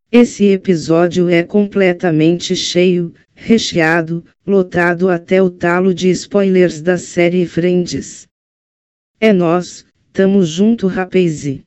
Esse episódio é completamente cheio, recheado, lotado até o talo de spoilers da série Friends. É nós, tamo junto, rapaz.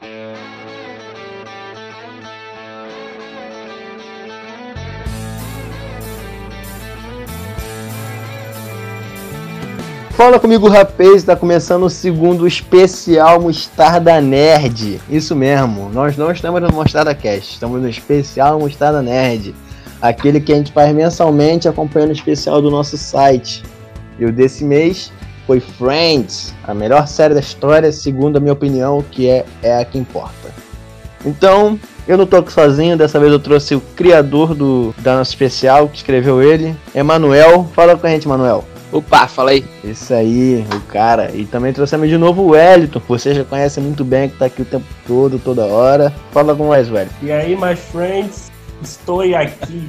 Fala comigo, rapaz, tá começando o segundo especial Mostarda Nerd. Isso mesmo, nós não estamos no Mostarda Cast, estamos no especial Mostarda Nerd. Aquele que a gente faz mensalmente acompanhando o especial do nosso site. E o desse mês foi Friends, a melhor série da história, segundo a minha opinião, que é a que importa. Então, eu não tô aqui sozinho, dessa vez eu trouxe o criador da nosso especial, que escreveu ele, Emanuel. Fala com a gente, Emanuel. Opa, fala aí. Isso aí, o cara. E também trouxemos de novo o Wellington, que você já conhece muito bem, que tá aqui o tempo todo, toda hora. Fala com nós, Wellington. E aí, my friends, estou aqui.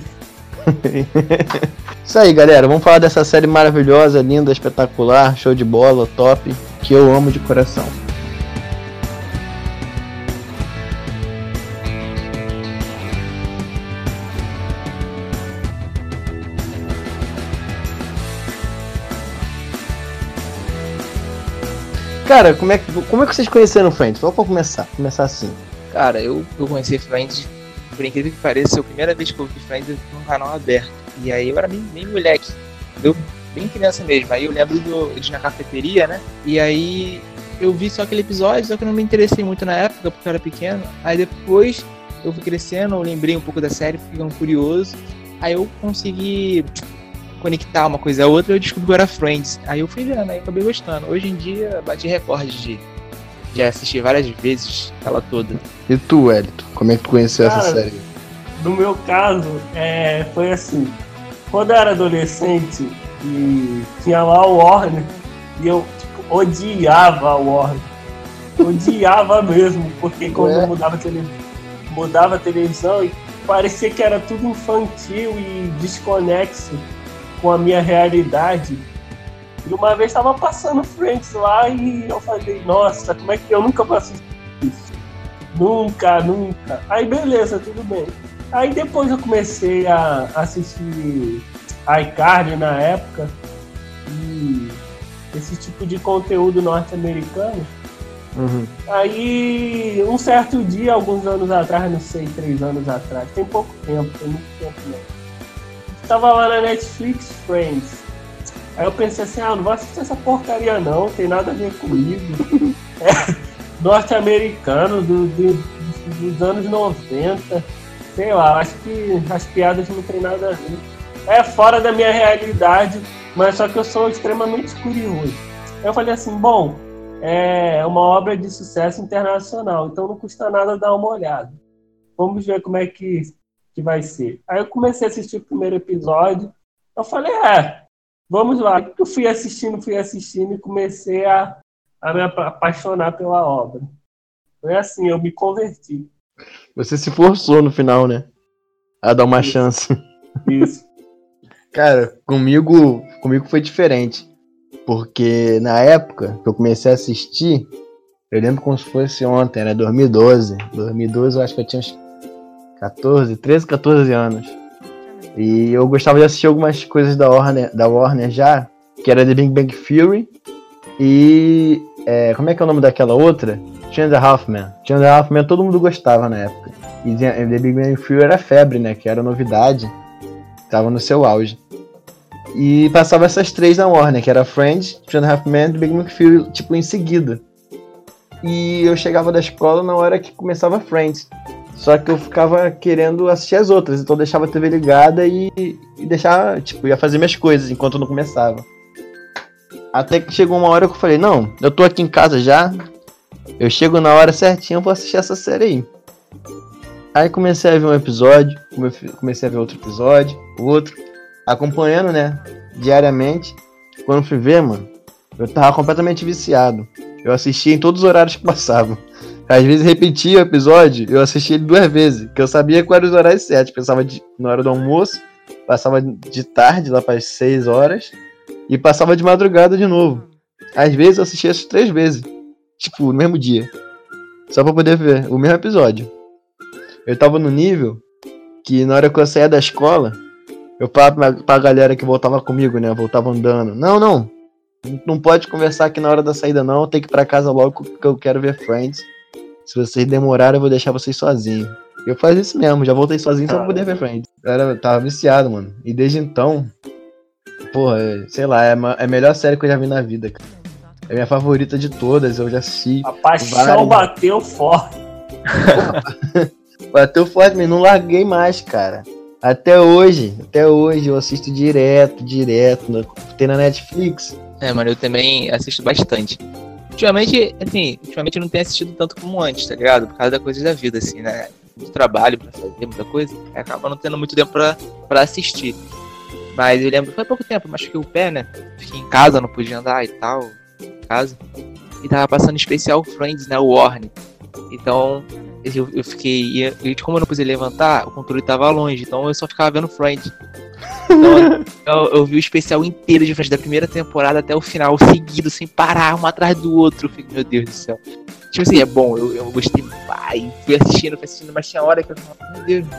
Isso aí, galera. Vamos falar dessa série maravilhosa, linda, espetacular, show de bola, top, que eu amo de coração. Cara, como é que vocês conheceram Friends? Vamos começar assim. Cara, eu conheci Friends, por incrível que pareça, a primeira vez que eu vi Friends num canal aberto. E aí eu era bem moleque, eu bem criança mesmo. Aí eu lembro de na cafeteria, né? E aí eu vi só aquele episódio, só que eu não me interessei muito na época, porque eu era pequeno. Aí depois eu fui crescendo, eu lembrei um pouco da série, ficando curioso. Aí eu consegui conectar uma coisa a outra, eu descobri que era Friends. Aí eu fui vendo, aí acabei gostando. Hoje em dia bati recorde de assistir várias vezes ela toda. E tu, Wellington, como é que tu conheceu essa série? No meu caso, foi assim, quando eu era adolescente e tinha lá o Warner, e eu odiava a Warner. Odiava mesmo, porque quando eu mudava a televisão e parecia que era tudo infantil e desconexo com a minha realidade. E uma vez estava passando Friends lá e eu falei, nossa, como é que eu nunca vou assistir isso? Nunca. Aí beleza, tudo bem. Aí depois eu comecei a assistir iCarly na época, e esse tipo de conteúdo norte-americano. Uhum. Aí um certo dia, alguns anos atrás, não sei, 3 anos atrás, tem pouco tempo, tem muito tempo não. Tava lá na Netflix, Friends. Aí eu pensei assim, não vou assistir essa porcaria não, tem nada a ver comigo. Norte-americano, dos anos 90, sei lá, acho que as piadas não tem nada a ver. É fora da minha realidade, mas só que eu sou extremamente curioso. Eu falei assim, bom, é uma obra de sucesso internacional, então não custa nada dar uma olhada. Vamos ver como é que vai ser. Aí eu comecei a assistir o primeiro episódio, eu falei, vamos lá. Eu fui assistindo e comecei a me apaixonar pela obra. Foi assim, eu me converti. Você se forçou no final, né? A dar uma chance. Isso. Cara, comigo foi diferente. Porque na época que eu comecei a assistir, eu lembro como se fosse ontem, era 2012. 2012 eu acho que eu tinha uns 13, 14 anos. E eu gostava de assistir algumas coisas da Warner já, que era The Big Bang Theory e... como é que é o nome daquela outra? Two and a Half Men. Two and a Half Men todo mundo gostava na época. E The Big Bang Theory era febre, né? Que era novidade. Tava no seu auge. E passava essas três na Warner, que era Friends, Two and a Half Men e The Big Bang Theory, tipo, em seguida. E eu chegava da escola na hora que começava Friends. Só que eu ficava querendo assistir as outras, então eu deixava a TV ligada e deixava, tipo, ia fazer minhas coisas enquanto não começava. Até que chegou uma hora que eu falei, não, eu tô aqui em casa já, eu chego na hora certinha, eu vou assistir essa série aí. Aí comecei a ver um episódio, comecei a ver outro episódio, outro, acompanhando, né, diariamente. Quando fui ver, mano, eu tava completamente viciado. Eu assistia em todos os horários que passavam. Às vezes repetia o episódio, eu assistia ele 2 vezes, porque eu sabia quais eram os horários certos. Pensava na hora do almoço, passava de tarde, lá para as 6 horas, e passava de madrugada de novo. Às vezes eu assistia isso 3 vezes, tipo, no mesmo dia. Só pra poder ver o mesmo episódio. Eu tava no nível que na hora que eu saía da escola, eu falava pra galera que voltava comigo, né? Eu voltava andando. Não pode conversar aqui na hora da saída, não. Eu tenho que ir pra casa logo que eu quero ver Friends. Se vocês demorarem, eu vou deixar vocês sozinhos. Eu fazia isso mesmo, já voltei sozinho só pra poder ver Friends. Eu tava viciado, mano. E desde então, porra, sei lá, é a melhor série que eu já vi na vida, cara. É a minha favorita de todas, eu já assisti. A paixão bateu forte. Bateu forte, mas não larguei mais, cara. Até hoje eu assisto direto. Tem na Netflix. Mano, eu também assisto bastante. Ultimamente eu não tenho assistido tanto como antes, tá ligado? Por causa da coisa da vida, assim, né? Muito trabalho pra fazer, muita coisa. Acaba não tendo muito tempo pra assistir. Mas eu lembro, foi há pouco tempo, machuquei o pé, né? Fiquei em casa, não podia andar e tal, em casa. E tava passando especial Friends na Warner. Então, eu fiquei... como eu não podia levantar, o controle tava longe, então eu só ficava vendo Friends. Então, eu vi o especial inteiro de Friends, da primeira temporada até o final, seguido, sem parar, um atrás do outro. Eu fico, meu Deus do céu. Tipo assim, é bom, eu gostei, fui assistindo, mas tinha hora que eu falava, meu Deus,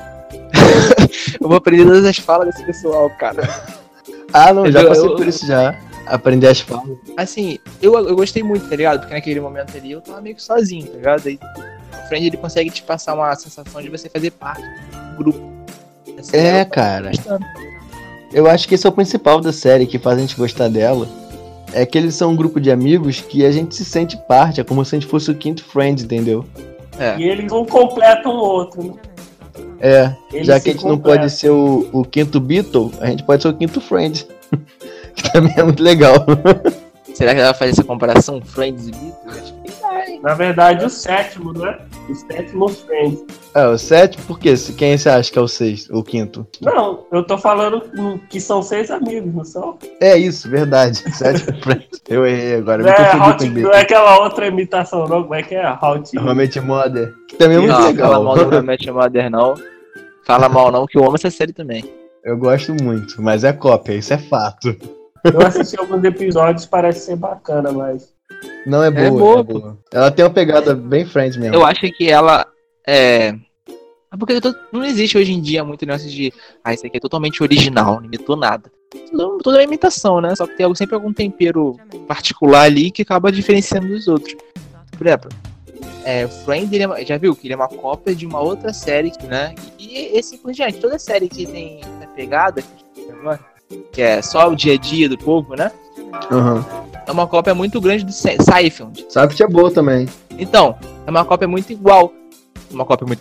eu vou aprender todas as falas desse pessoal, cara. Não, já passei por isso já. Aprender as falas. Assim, eu gostei muito, tá ligado? Porque naquele momento ali eu tava meio que sozinho, tá ligado? Aí o Friend, ele consegue te passar uma sensação de você fazer parte do grupo. Assim, cara. Eu acho que esse é o principal da série, que faz a gente gostar dela. É que eles são um grupo de amigos que a gente se sente parte, é como se a gente fosse o quinto Friend, entendeu? E eles um completam o outro, né? Eles já que a gente não pode ser o quinto Beatle, a gente pode ser o quinto Friend. Que também é muito legal. Será que ela vai fazer essa comparação, Friends e Beatles? Acho que vai. Na verdade, o sétimo, né? O sétimo Friends. O sétimo, por quê? Quem você acha que é o sexto, o quinto? Não, eu tô falando que são 6 amigos, não são? É isso, verdade. Sétimo Friends. Eu errei agora. Não é aquela outra imitação, não? Como é que é? How I Met Your Mother. Que também é muito legal. Não fala mal do How I Met Your Mother, não. Fala mal não, que eu amo essa série também. Eu gosto muito, mas é cópia, isso é fato. Eu assisti alguns episódios, parece ser bacana, mas... Não, é boa, é boa. Ela tem uma pegada bem Friends mesmo. Eu acho que ela é... Porque não existe hoje em dia muito negócio de... isso aqui é totalmente original, não imitou nada. Toda é imitação, né? Só que tem sempre algum tempero particular ali que acaba diferenciando dos outros. Por exemplo, Friends, já viu que ele é uma cópia de uma outra série, né? E assim por diante. Toda série que tem essa pegada, que é só o dia a dia do povo, né? Uhum. É uma cópia muito grande do Seinfeld. Seinfeld é boa também. Então, é uma cópia muito igual. É uma cópia.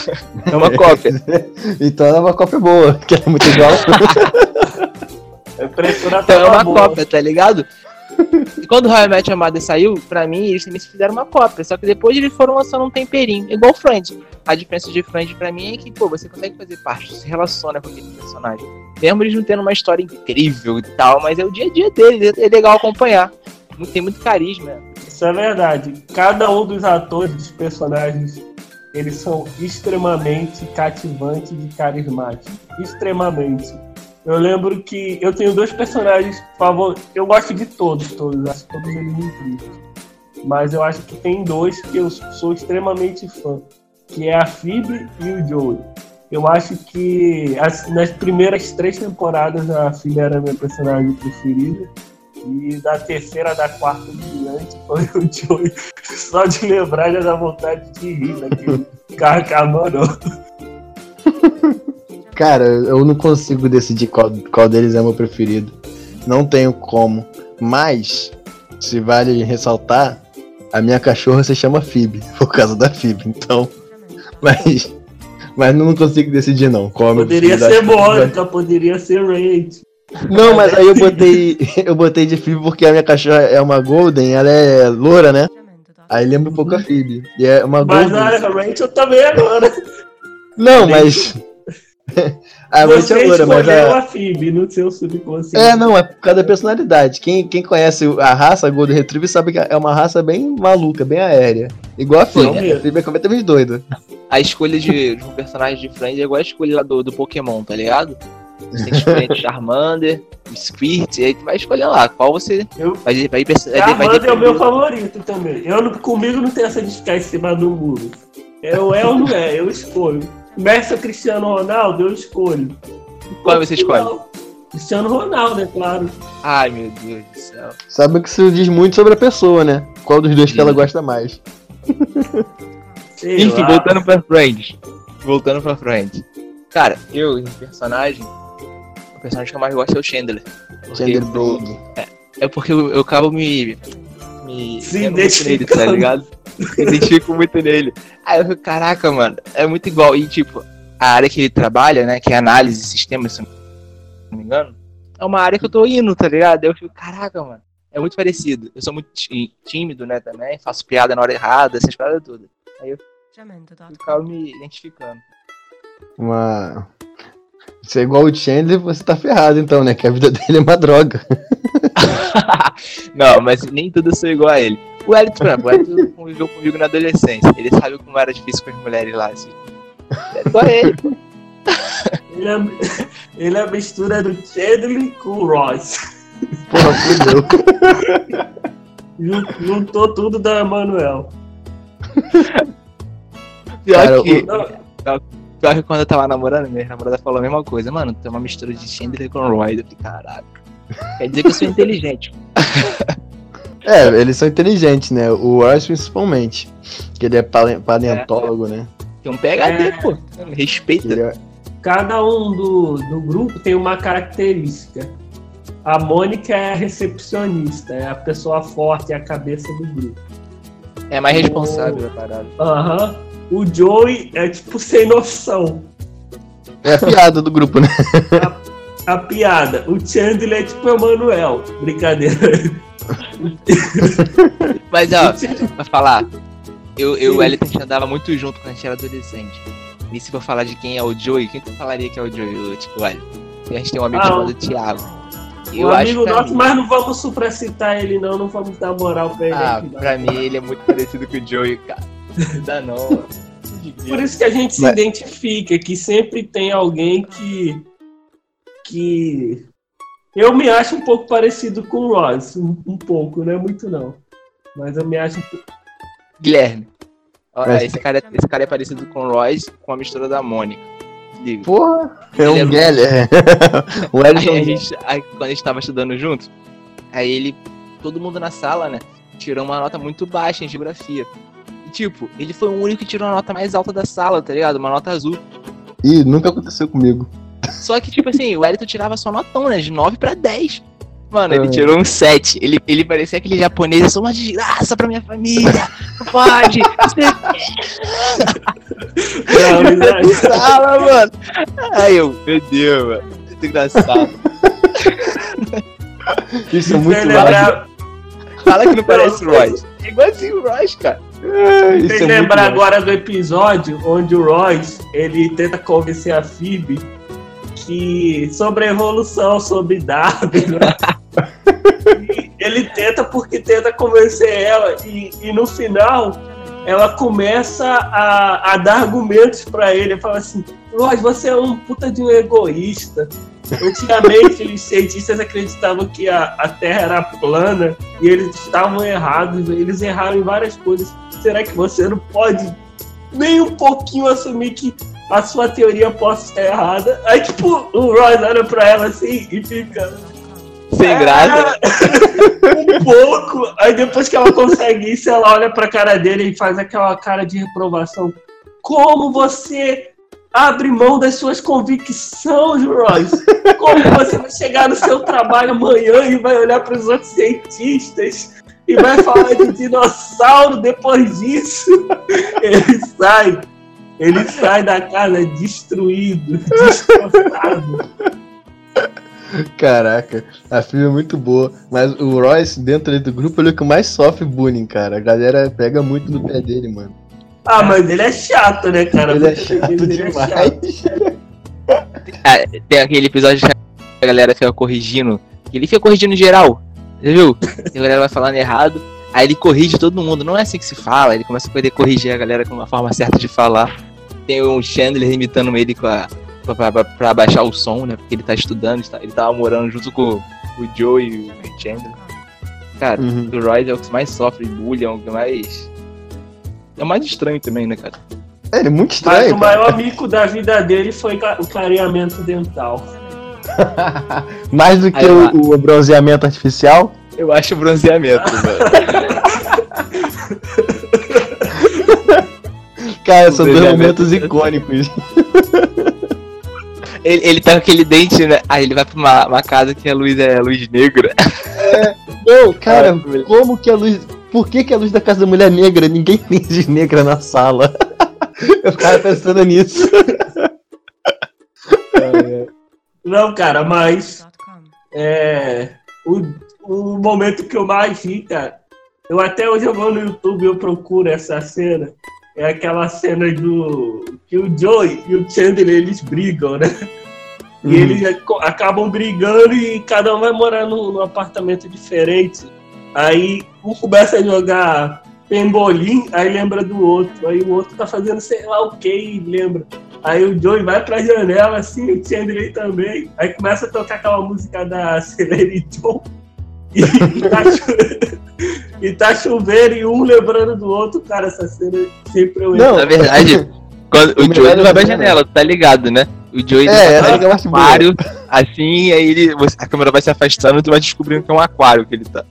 Então é uma cópia boa, que é muito igual. Então é uma cópia, tá ligado? E quando o How I Met Your Mother saiu, pra mim, eles também fizeram uma cópia. Só que depois eles foram lançando um temperinho, igual Friends. A diferença de Friends pra mim é que, você consegue fazer parte, se relaciona com aquele personagem. Mesmo eles não tendo uma história incrível e tal, mas é o dia a dia deles, é legal acompanhar. Tem muito carisma. Isso é verdade. Cada um dos atores, dos personagens, eles são extremamente cativantes e carismáticos. Extremamente. Eu lembro que eu tenho 2 personagens favoritos. Eu gosto de todos. Acho todos eles incríveis. Mas eu acho que tem 2 que eu sou extremamente fã. Que é a Phoebe e o Joey. Eu acho que nas primeiras 3 temporadas a Phoebe era a minha personagem preferida. E da terceira, da quarta em diante foi o Joey. Só de lembrar já dá vontade de rir daquele carcamarão. Cara, eu não consigo decidir qual deles é meu preferido. Não tenho como. Mas, se vale ressaltar, a minha cachorra se chama Phoebe, por causa da Phoebe, então... Mas não consigo decidir não. Poderia ser Mônica, poderia ser Rachel. Não, mas aí eu botei de Phoebe porque a minha cachorra é uma Golden, ela é loura, né? Aí lembra um pouco a Phoebe. E é uma Golden. Mas a Rachel também é loura. Não, mas... a Rachel é loura, mas a Phoebe no seu subconsciente. Não, é por causa da personalidade. Quem conhece a raça Golden Retriever sabe que é uma raça bem maluca, bem aérea. Igual a Phoebe. A Phoebe é completamente doida. A escolha de um personagem de Friends é igual a escolha lá do Pokémon, tá ligado? Você tem que escolher Charmander, Squirt, e aí tu vai escolher lá qual você Charmander é o meu favorito também. Comigo não tem essa de ficar em cima do muro. É ou não é? Eu escolho. Messi ou Cristiano Ronaldo, eu escolho. Qual você escolhe? Cristiano Ronaldo, é claro. Ai, meu Deus do céu. Sabe que isso diz muito sobre a pessoa, né? Qual dos dois que ela gosta mais? Sei Enfim, lá. voltando pra Friends. Cara, eu, em personagem, o personagem que eu mais gosto é o Chandler. Chandler Bing. É porque eu acabo me Se vendo muito nele, tá identificando. ligado? Me identifico muito nele. Aí eu fico, caraca, mano, é muito igual. E tipo, a área que ele trabalha, né, que é análise de sistemas, se eu não me engano, é uma área que eu tô indo, tá ligado? Aí eu fico, caraca, mano, é muito parecido. Eu sou muito tímido, né, também, faço piada na hora errada, essas paradas todas. Aí eu ficava me identificando. Se é igual o Chandler, você tá ferrado então, né? Que a vida dele é uma droga. Não, mas nem tudo sou igual a ele. O Elton conviveu comigo na adolescência. Ele sabe como era difícil com as mulheres lá, assim. É igual a ele. Ele é a mistura do Chandler com o Ross. Porra, fudeu. Juntou tudo da Emanuel. Pior que quando eu tava namorando, minha namorada falou a mesma coisa. Mano, tem uma mistura de Chandler com Roy. Eu falei, caraca. Quer dizer que eu sou inteligente. É, eles são inteligentes, né? O Ross principalmente. Que ele é paleontólogo, né? Tem um PhD, pô. Respeita. Ele é... Cada um do grupo tem uma característica. A Mônica é a recepcionista, é a pessoa forte, é a cabeça do grupo. É mais responsável a parada. Aham. O Joey é tipo sem noção. É a piada do grupo, né? A piada. O Chandler é tipo Emanuel. Brincadeira. Mas ó, pra falar, eu e o Elton andava muito junto quando a gente era adolescente. E se for falar de quem é o Joey, quem tu falaria que é o Joey? Tipo, olha, a gente tem um amigo chamado Thiago. Um amigo nosso, mas não vamos supracitar ele não vamos dar moral pra ele aqui. Pra mim ele é muito parecido com o Joey, cara. Não dá não. Por isso que a gente se identifica, que sempre tem alguém que eu me acho um pouco parecido com o Ross, um pouco, não é muito não, mas eu me acho um pouco... Guilherme, esse cara é parecido com o Royce, com a mistura da Mônica. Liga. Porra, é um Geller. O Elton... Aí, quando a gente tava estudando junto, aí todo mundo na sala, né, tirou uma nota muito baixa em geografia. E tipo, ele foi o único que tirou a nota mais alta da sala, tá ligado? Uma nota azul. Ih, nunca aconteceu comigo. Só que, tipo assim, o Elton tirava só notão, né? De 9 pra 10. Mano, ele tirou um 7. Ele parecia aquele japonês, eu sou uma desgraça pra minha família. Não pode. Não, sala, mano. Aí meu Deus, mano. Muito engraçado. Isso é muito lembrar... Fala que não parece o Royce. É igualzinho o Royce, cara. Tem lembrar agora do episódio onde o Royce, ele tenta convencer a Phoebe que sobre a evolução, sobre Darwin, né? Ele tenta porque tenta convencer ela e no final ela começa a dar argumentos pra ele, fala assim, Royce, você é um puta de um egoísta. Antigamente os cientistas acreditavam que a Terra era plana e eles estavam errados, eles erraram em várias coisas. Será que você não pode nem um pouquinho assumir que a sua teoria possa estar errada? Aí tipo, o Royce olha pra ela assim e fica... sem graça. Um pouco. Aí depois que ela consegue isso, ela olha pra cara dele e faz aquela cara de reprovação. Como você abre mão das suas convicções, Royce? Como você vai chegar no seu trabalho amanhã e vai olhar para os outros cientistas e vai falar de dinossauro depois disso? Ele sai da casa destruído, destroçado. Caraca, a filme é muito boa. Mas o Royce, dentro do grupo, ele é o que mais sofre bullying, cara. A galera pega muito no pé dele, mano. Ah, mas ele é chato, né, cara? Ele é chato demais. Tem aquele episódio que a galera fica corrigindo. Ele fica corrigindo geral, viu? A galera vai falando errado. Aí ele corrige todo mundo. Não é assim que se fala. Ele começa a poder corrigir a galera com uma forma certa de falar. Tem o Chandler imitando ele pra abaixar o som, né? Porque ele tá estudando. Ele tava morando junto com o Joe e o Chandler. Cara, o Royce é o que mais sofre bullying, é o que mais... É o mais estranho também, né, cara? Ele é muito Mas estranho. o maior mico da vida dele foi o clareamento dental. Mais do que Aí, o bronzeamento artificial. Eu acho bronzeamento, velho. Cara, O são dois bronzeamento momentos icônicos. Ele tá com aquele dente, né? Aí ele vai pra uma casa que a luz é luz negra. Não, cara, Ah, como que a luz... Por que a luz da casa da mulher negra? Ninguém tem luz negra na sala. Eu ficava pensando nisso. Não, cara, mas o momento que eu mais ri, cara, eu até hoje eu vou no YouTube e eu procuro essa cena. É aquela cena que o Joey e o Chandler, eles brigam, né? E eles acabam brigando e cada um vai morar num apartamento diferente. Aí um começa a jogar pembolim, aí lembra do outro. Aí o outro tá fazendo sei lá o que e lembra. Aí o Joey vai pra janela, assim, o Chandler também. Aí começa a tocar aquela música da Celine Dion. E tá chovendo e um lembrando do outro. Cara, essa cena sempre eu Não, na verdade, quando o Joey não vai pra janela, tá ligado, né? O Joey essa tá no aquário, assim, aí a câmera vai se afastando e tu vai descobrindo que é um aquário que ele tá.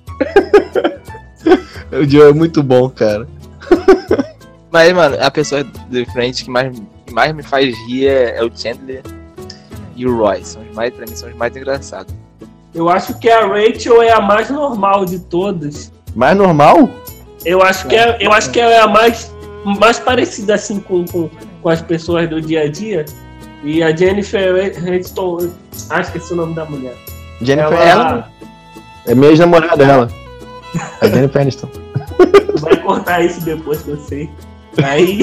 O Joe é muito bom, cara. Mas, mano, a pessoa de frente que mais me faz rir é o Chandler e o Roy. Pra mim, são os mais engraçados. Eu acho que a Rachel é a mais normal de todas. Mais normal? Eu acho que ela é a mais parecida assim com as pessoas do dia a dia. E a Jennifer Aniston, acho que esse é o nome da mulher. Jennifer ela é minha ex-namorada, ela. A Jennifer Aniston. vai cortar isso depois que eu sei. Aí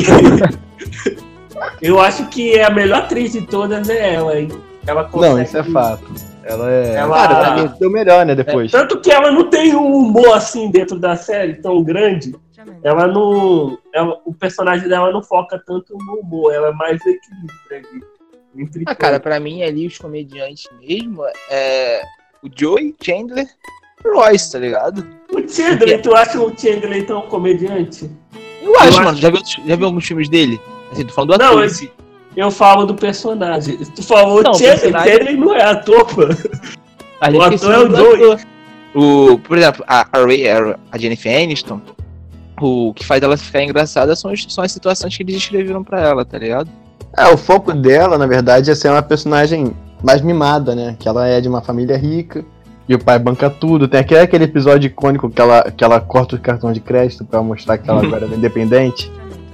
eu acho que a melhor atriz de todas é ela, hein? Ela consegue. Não, isso é fato. Ela é. Ela- Cara, pra mim deu melhor, né, depois. Tanto que ela não tem um humor assim dentro da série tão grande. Ela não. O personagem dela não foca tanto no humor, ela é mais equilíbrio entre Cara, pra mim ali os comediantes mesmo é o Joey, Chandler e o Royce, tá ligado? o Chandler, tu acha o Chandler tão comediante? Eu acho, acho- mano. Já viu alguns filmes dele? Assim, tô falando do Não, ator. esse- Eu falo do personagem. Tu falou Não, o Chandler, personagem- Chandler não é ator, pô. A gente O esqueceu ator é o do Joey. ator. Por exemplo, a Jennifer Aniston, o que faz ela ficar engraçada são as situações que eles escreveram pra ela, tá ligado? O foco dela, na verdade, é ser uma personagem mais mimada, né? Que ela é de uma família rica e o pai banca tudo. Tem aquele episódio icônico que ela corta o cartão de crédito pra mostrar que ela agora é independente.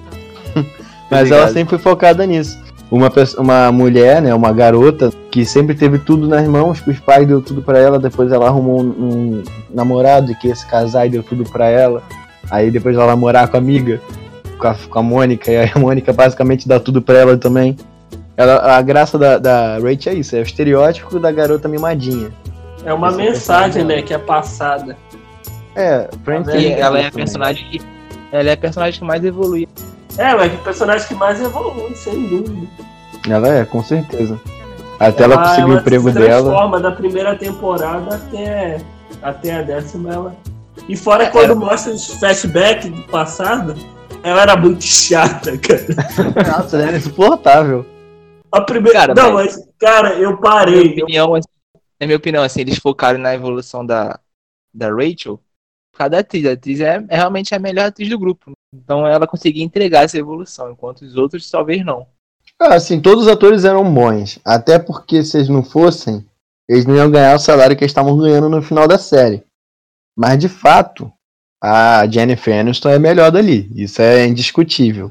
Mas ela sempre foi focada nisso. Uma mulher, né, uma garota que sempre teve tudo nas mãos, que os pais deu tudo pra ela, depois ela arrumou um namorado e queria se casar e deu tudo pra ela. Aí depois ela namorar com a amiga, com a Mônica, e aí a Mônica basicamente dá tudo pra ela também. A graça da Rachel é isso, é o estereótipo da garota mimadinha. É uma Esse mensagem, personagem. né, que é passada. Friends E tem ela é isso a também. personagem que mais evolui. Mas é o personagem que mais evolui, sem dúvida. Ela é, com certeza. Até ela conseguir o emprego se dela. transforma da primeira temporada até a 10ª. Ela... E fora quando mostra os flashbacks do passado, ela era muito chata, cara. Nossa, ela é insuportável. A primeira... Cara, Não, mas, cara, eu parei. Na minha opinião, assim, eles focaram na evolução da Rachel. Cada atriz. A atriz é realmente a melhor atriz do grupo. Então ela conseguia entregar essa evolução, enquanto os outros talvez não. Assim, todos os atores eram bons. Até porque se eles não fossem, eles não iam ganhar o salário que eles estavam ganhando no final da série. Mas de fato, a Jennifer Aniston é melhor dali. Isso é indiscutível.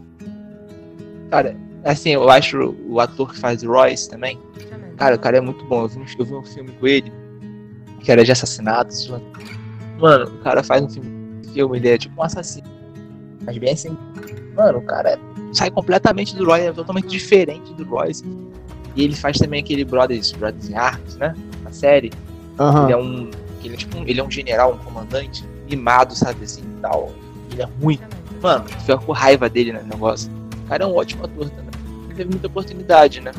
Cara, assim, eu acho o ator que faz o Royce também. Cara, o cara é muito bom. Eu vi um filme com ele, que era de assassinatos. Mano, o cara faz um filme, ele é tipo um assassino. Mas bem assim. Mano, o cara sai completamente do Royce, é totalmente diferente do Royce. E ele faz também aquele Brothers in Arms, né? Na série. Uhum. Ele é um general, um comandante, mimado, sabe, assim, tal. Ele é ruim. Mano, tu fica com raiva dele no negócio. O cara é um ótimo ator também. Ele teve muita oportunidade, né?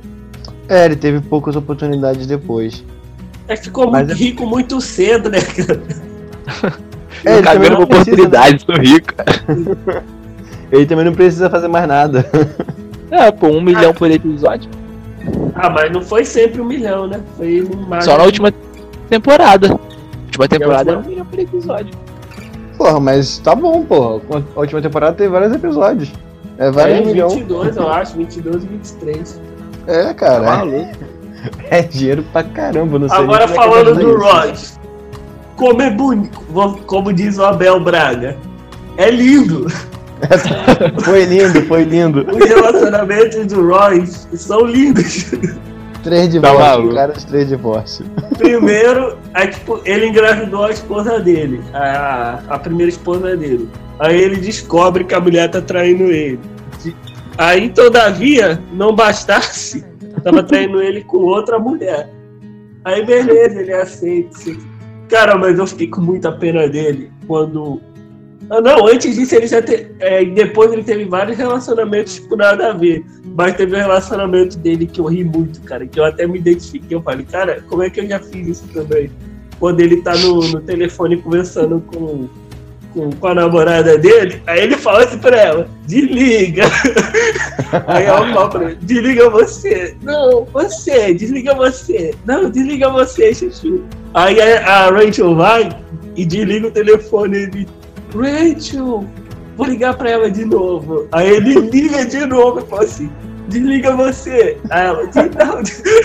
Ele teve poucas oportunidades depois. Ficou muito rico muito cedo, né, cara? Ele também Cagando não uma precisa, oportunidade, sou rico. Ele também não precisa fazer mais nada. Pô, 1 milhão por episódio. Ah, mas não foi sempre 1 milhão, né? Foi mais. Só na última temporada. A última temporada era 1 milhão por episódio. Porra, mas tá bom, porra. A última temporada tem vários episódios. É vários milhões. 22, eu acho. 22 e 23. É, cara. Tá maluco. É dinheiro pra caramba, não sei. Agora nem como falando é que do isso. Ross. Como é bonito. Como diz o Abel Braga. É lindo. Foi lindo. Os relacionamentos do Ross são lindos. 3 divórcios, cara, 3 divórcios. Primeiro, tipo, ele engravidou a esposa dele, a primeira esposa dele. Aí ele descobre que a mulher tá traindo ele. Aí, todavia, não bastasse, tava traindo ele com outra mulher. Aí, beleza, ele aceita. Cara, mas eu fiquei com muita pena dele quando... Não, antes disso ele já depois ele teve vários relacionamentos tipo nada a ver. Mas teve um relacionamento dele que eu ri muito, cara. Que eu até me identifiquei. Eu falei, cara, como é que eu já fiz isso também? Quando ele tá no telefone conversando com a namorada dele, aí ele fala assim pra ela, desliga. Aí ela fala pra ele, desliga você. Não, você, desliga você. Não, desliga você, chuchu. Aí a Rachel vai e desliga o telefone. Ele, Rachel, vou ligar pra ela de novo. Aí ele liga de novo e fala assim, desliga você. Aí ela, não.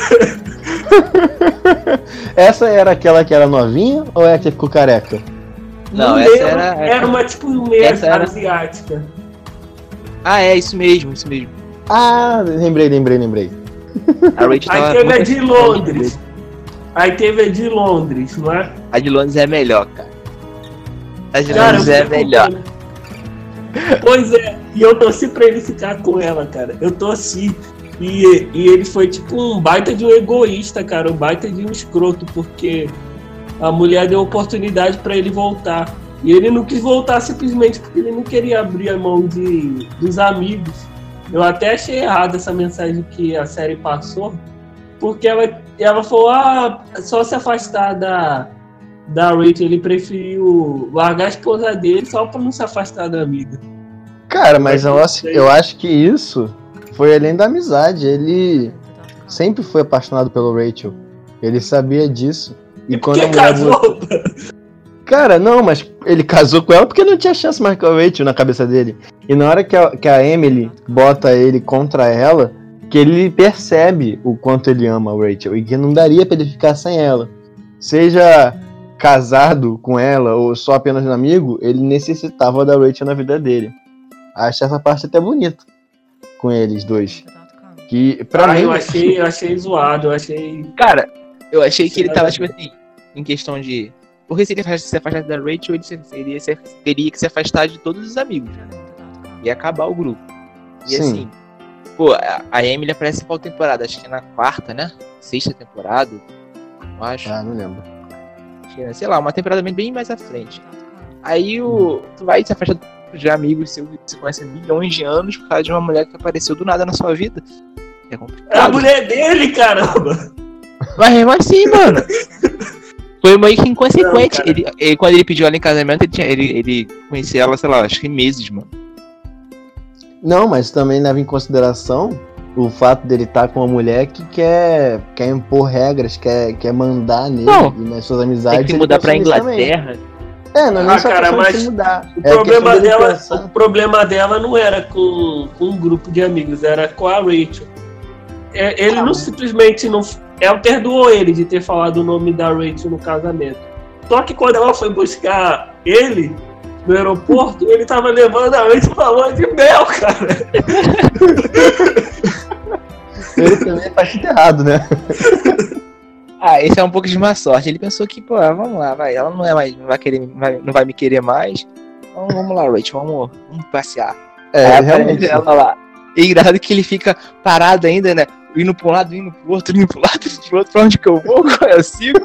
Essa era aquela que era novinha ou é a que ficou careca? Não, Não essa lembro, era... era uma tipo meio Essa era- asiática. Ah, é, isso mesmo. Ah, lembrei. A Rachel Aí tava teve a muito de Londres. Aí teve a de Londres, não é? A de Londres é melhor, cara. A de Cara, Londres eu é fiquei com melhor. pena. Pois é, e eu torci pra ele ficar com ela, cara. Eu torci. E ele foi tipo um baita de um egoísta, cara. Um baita de um escroto, porque a mulher deu oportunidade pra ele voltar. E ele não quis voltar simplesmente porque ele não queria abrir a mão dos amigos. Eu até achei errado essa mensagem que a série passou, porque ela falou, só se afastar da Rachel, ele preferiu largar a esposa dele só pra não se afastar da amiga. Cara, mas eu acho que isso foi além da amizade. Ele sempre foi apaixonado pelo Rachel. Ele sabia disso. E quando a mulher casou? Cara, não, mas ele casou com ela porque não tinha chance mais com a Rachel na cabeça dele. E na hora que a Emily bota ele contra ela, que ele percebe o quanto ele ama a Rachel e que não daria pra ele ficar sem ela. Seja casado com ela ou só apenas um amigo, ele necessitava da Rachel na vida dele. Acho essa parte até bonita com eles dois. Que pra mim eu achei zoado, eu achei... Cara, eu achei que ele tava, tipo assim, em questão de... Porque se ele se afastasse da Rachel, ele teria que se afastar de todos os amigos. E acabar o grupo. E Sim. assim, pô, a Emily aparece em qual temporada? Acho que é na 4ª, né? 6ª temporada, eu acho. não lembro. Acho que, sei lá, uma temporada bem mais à frente. Aí tu vai se afastar de amigos seus que você conhece há milhões de anos por causa de uma mulher que apareceu do nada na sua vida. É complicado. É a mulher dele, caramba! Mas mesmo assim, mano. Foi meio que inconsequente. Não, ele, quando ele pediu ela em casamento, ele conhecia ela, sei lá, acho que meses, mano. Não, mas também leva em consideração o fato dele estar com uma mulher que quer impor regras, quer mandar nele Não. e nas suas amizades. Tem que ele mudar pra pensou nisso também. Inglaterra. Não é nem só cara, questão de mas se mudar. O problema dela não era com um grupo de amigos, era com a Rachel. Ele não simplesmente não... Ela perdoou ele de ter falado o nome da Rachel no casamento. Só que quando ela foi buscar ele no aeroporto, ele tava levando a Rachel pra lua de mel, cara. Ele também faz tudo errado, né? Esse é um pouco de má sorte. Ele pensou que, pô, vamos lá, vai. Ela não vai me querer mais. Então vamos lá, Rachel, vamos passear. Aí Realmente. ela lá. E engraçado que ele fica parado ainda, né? Indo pra um lado, indo pro outro, indo pro lado, indo pro outro. Pra onde que eu vou? Qual é o sigo?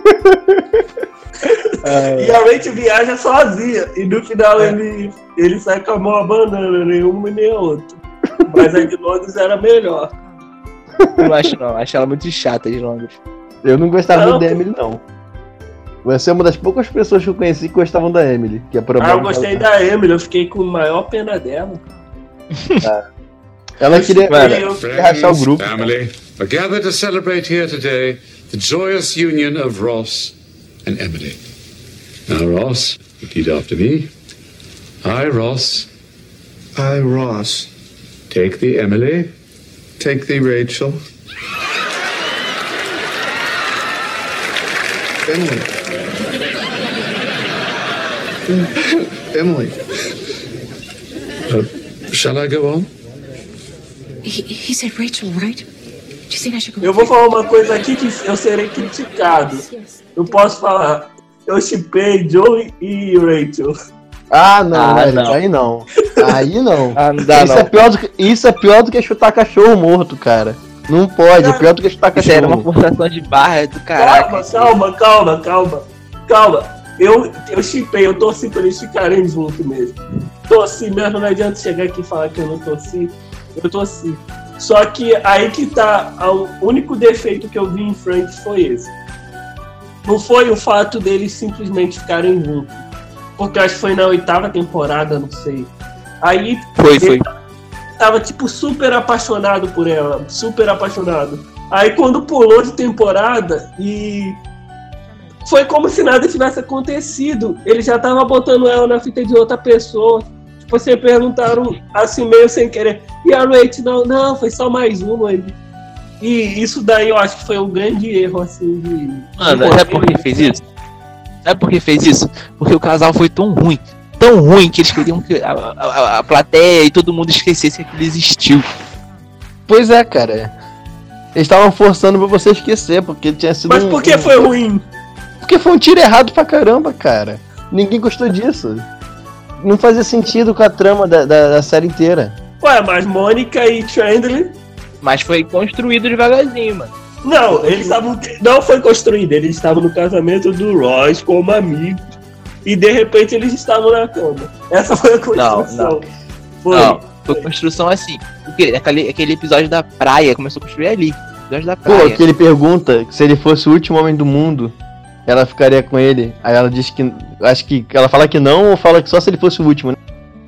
E a Rachel viaja sozinha. E no final ele sai com a mão abanando, nenhuma e nem a outra. Mas a de Londres era melhor. Eu não acho, não. Acho ela muito chata de Londres. Eu não gostava muito da Emily, não. Você é uma das poucas pessoas que eu conheci que gostavam da Emily. Que é Eu gostei da Emily, eu fiquei com a maior pena dela. Ela queria rachar o Friends, grupo. family, are gathered to celebrate here today the joyous union of Ross and Emily. Now, Ross, repeat after me. I, Ross. I, Ross. Take thee, Emily. Take thee, Rachel. Emily. Emily. Shall I go on? He said Rachel, right? Do you think I should go? Eu vou falar uma coisa aqui que eu serei criticado. Eu posso falar. Eu shippei Joey e Rachel. Não, Eric, não. aí não. Aí não. Não dá, Isso não. é pior do que chutar cachorro morto, cara. Não pode, é pior do que chutar Isso era uma cachorro. forçação de barra do caraca. Calma. Eu shippei, eu torci pra eles ficarem juntos mesmo. Torci mesmo, não adianta chegar aqui e falar que eu não torci. Eu torci. Só que aí que tá, o único defeito que eu vi em Friends foi esse. Não foi o fato deles simplesmente ficarem juntos. Porque acho que foi na 8ª temporada, não sei. Aí Foi. Tava tipo super apaixonado por ela. Super apaixonado. Aí quando pulou de temporada e foi como se nada tivesse acontecido. Ele já tava botando ela na fita de outra pessoa. Tipo, você perguntaram assim meio sem querer. E a Rachel, não, foi só mais uma. E isso daí eu acho que foi um grande erro, assim, de... Mano, sabe por que fez isso? Sabe por que fez isso? Porque o casal foi tão ruim que eles queriam que a plateia e todo mundo esquecesse que ele existiu. Pois é, cara. Eles estavam forçando pra você esquecer, porque tinha sido Mas por que foi ruim? Porque foi um tiro errado pra caramba, cara. Ninguém gostou disso. Não fazia sentido com a trama da série inteira. Ué, mas Mônica e Chandler... Mas foi construído devagarzinho, mano. Não, eles estavam... Não foi construído, eles estavam no casamento do Ross como amigos. E de repente eles estavam na cama. Essa foi a construção. Foi construção assim. Aquele episódio da praia começou a construir ali. Episódio da Pô, praia. que ele pergunta se ele fosse o último homem do mundo, ela ficaria com ele. Aí ela diz que... Acho que ela fala que não, ou fala que só se ele fosse o último, né?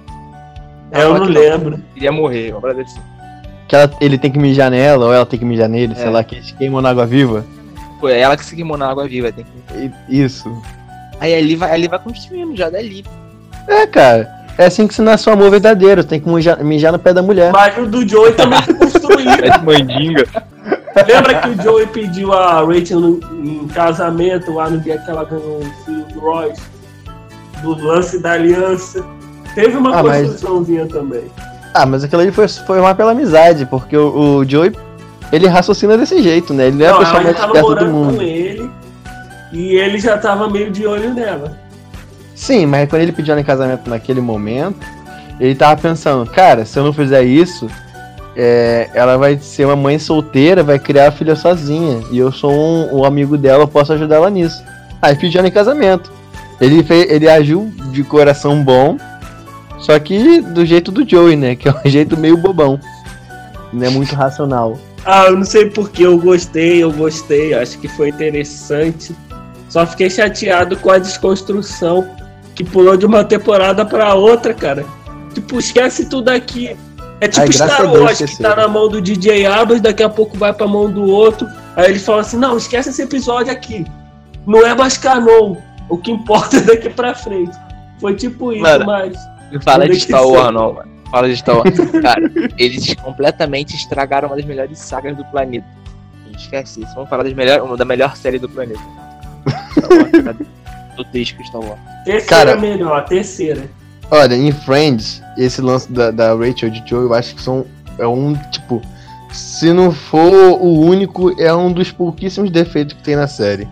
Eu não lembro. Iria morrer, uma parada assim. Que ele tem que mijar nela, ou ela tem que mijar nele, sei lá, que eles queimam na água viva. Foi ela que se queimou na água viva. Isso. Aí ali vai construindo já dali. É, cara. É assim que se nasce o amor verdadeiro. Tem que mijar no pé da mulher. Mas o do Joey também foi construído. É de mandinga. Lembra que o Joey pediu a Rachel em casamento lá no dia que ela ganhou o filho do Royce? Do lance da aliança. Teve uma construçãozinha também. Mas aquilo ali foi mais pela amizade, porque o Joey, ele raciocina desse jeito, né? Ele não é a pessoa mais esperta do mundo. Com ele, e ele já tava meio de olho nela. Sim, mas quando ele pediu ela em casamento naquele momento, ele tava pensando, cara, se eu não fizer isso, ela vai ser uma mãe solteira, vai criar a filha sozinha, e eu sou um amigo dela, eu posso ajudar ela nisso. Aí pediu ela em casamento. Ele agiu de coração bom, só que do jeito do Joey, né? Que é um jeito meio bobão. Não é muito racional. Eu não sei porque eu gostei. Acho que foi interessante. Só fiquei chateado com a desconstrução que pulou de uma temporada pra outra, cara. Tipo, esquece tudo aqui. É tipo Star Wars, que tá na mão do DJ Abrams, daqui a pouco vai pra mão do outro. Aí ele fala assim, não, esquece esse episódio aqui. Não é mais canon. O que importa é daqui pra frente. Foi tipo isso, mano, mas... Fala de Star Wars, não, mano. Fala de Star Wars. Cara, eles completamente estragaram uma das melhores sagas do planeta. A gente esquece isso. Vamos falar da melhor série do planeta. Star Wars, tá? Tô triste com Star Wars. Terceira é melhor, a terceira. Olha, em Friends, esse lance da Rachel e de Joey, eu acho que é um, tipo... Se não for o único, é um dos pouquíssimos defeitos que tem na série.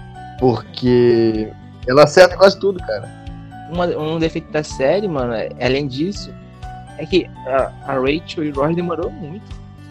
Porque ela acerta quase tudo, cara. Um defeito da série, mano, além disso, é que a Rachel e o Ross demorou muito.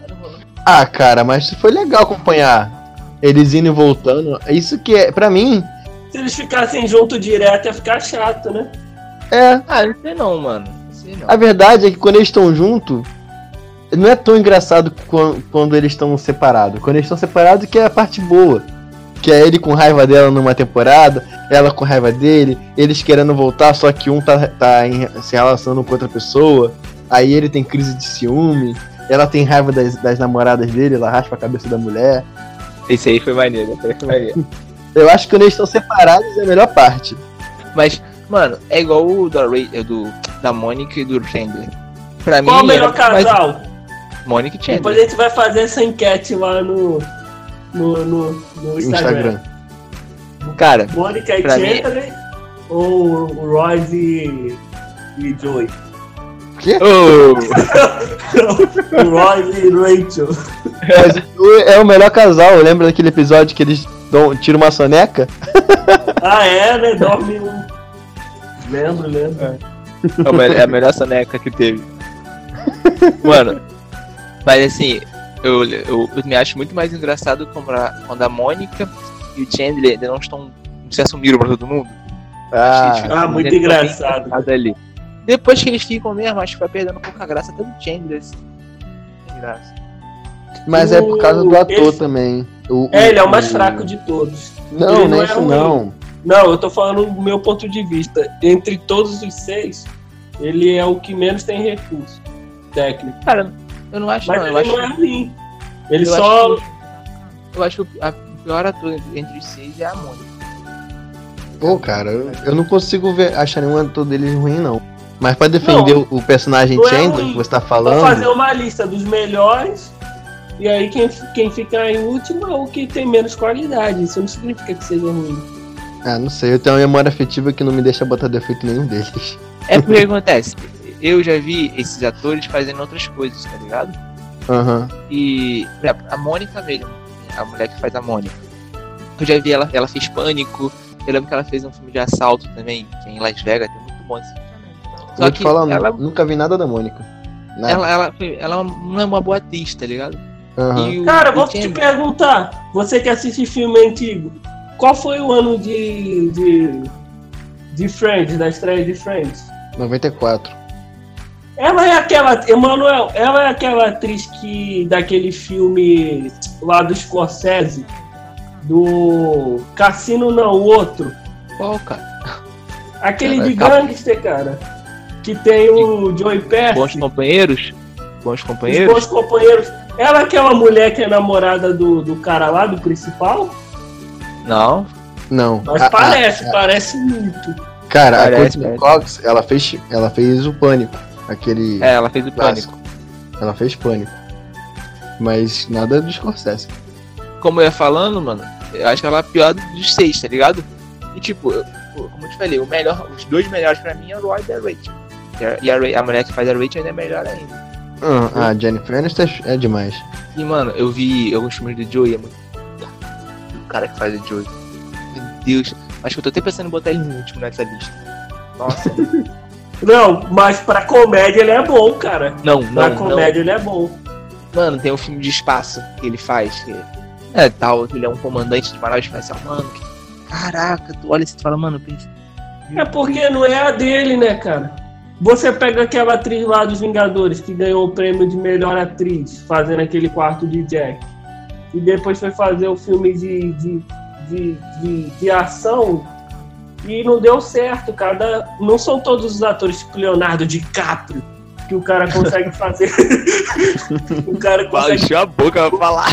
Cara, mas foi legal acompanhar eles indo e voltando. Isso que é, pra mim... Se eles ficassem junto direto, ia ficar chato, né? Não sei não, mano. A verdade é que quando eles estão juntos, não é tão engraçado quando eles estão separados. Quando eles estão separados, que é a parte boa. Que é ele com raiva dela numa temporada, ela com raiva dele, eles querendo voltar, só que um tá se relacionando com outra pessoa. aí ele tem crise de ciúme, ela tem raiva das namoradas dele, ela raspa a cabeça da mulher. Esse aí foi maneiro, Eu acho que quando eles estão separados é a melhor parte. Mas, mano, é igual o da Mônica e do Chandler. Pra mim, Qual o melhor casal? Mônica e Chandler. Depois a gente vai fazer essa enquete lá no Instagram. Cara, Mônica e Chandler ou Ross e Joey? O quê? O Ross e Rachel. É o melhor casal, lembra daquele episódio que eles tiram uma soneca? Ah, né? Dorme um. Lembro. É a melhor soneca que teve. Mano, mas assim, eu me acho muito mais engraçado quando a Mônica e o Chandler ainda não se assumiram pra todo mundo. Muito engraçado. Ali. Depois que eles ficam mesmo, acho que vai perdendo um pouco a graça até do Chandler. Assim. Tem graça. Mas é por causa do ator também. Ele é o mais fraco de todos. Não, nem isso não. Não, eu tô falando do meu ponto de vista. Entre todos os 6, ele é o que menos tem recurso técnico. Cara, eu não acho. Mas não, ele não é ruim. Ele eu só... Eu acho que o pior ator entre os 6 é a Mônica. Pô, cara, eu não consigo achar nenhum ator deles ruim, não. Mas pra defender o personagem Chandler, que você tá falando... Vou fazer uma lista dos melhores, e aí quem ficar em último é o que tem menos qualidade. Isso não significa que seja ruim. Não sei, eu tenho uma memória afetiva que não me deixa botar defeito nenhum deles. É porque acontece, eu já vi esses atores fazendo outras coisas, tá ligado? E, por exemplo, a Mônica mesmo, a mulher que faz a Mônica, eu já vi ela fez Pânico, eu lembro que ela fez um filme de assalto também, que é em Las Vegas, é muito bom esse filme. Só que ela... nunca vi nada da Mônica. Ela não é uma boa atriz, tá ligado? Cara, vou te perguntar, você que assiste filme antigo, qual foi o ano de Friends, da estreia de Friends? 94. Ela é aquela, Emanuel, ela é aquela atriz daquele filme lá do Scorsese, do Cassino não, o outro. Qual, cara? Aquele de gangster, cara. Que tem o Joey Pesci. Bons companheiros? Bons companheiros. Ela é aquela mulher que é namorada do cara lá, do principal? Não. Mas parece muito. Cara, a Courtney Cox, ela fez o Pânico. Aquele... ela fez o clássico. Pânico. Ela fez Pânico. Mas nada do Scorsese. Como eu ia falando, mano, eu acho que ela é a pior dos 6, tá ligado? E tipo, como eu te falei, os 2 melhores pra mim é o Roy e a Rachel. E a mulher que faz a Rachel ainda é melhor ainda. A Jennifer Aniston é demais. E mano, eu vi alguns filmes do Joey, é muito... O cara que faz o Joey. Meu Deus, acho que eu tô até pensando em botar ele no último nessa lista. Nossa. Não, mas pra comédia ele é bom, cara. Pra comédia ele é bom. Mano, tem um filme de espaço que ele faz. Que ele é um comandante de Manaus espacial. Mano, caraca, tu olha e tu fala, mano, pensa. É porque não é a dele, né, cara? Você pega aquela atriz lá dos Vingadores que ganhou o prêmio de melhor atriz, fazendo aquele quarto de Jack. E depois foi fazer o filme de ação e não deu certo. Não são todos os atores tipo Leonardo DiCaprio que o cara consegue fazer. O cara consegue... Baixou a boca pra falar.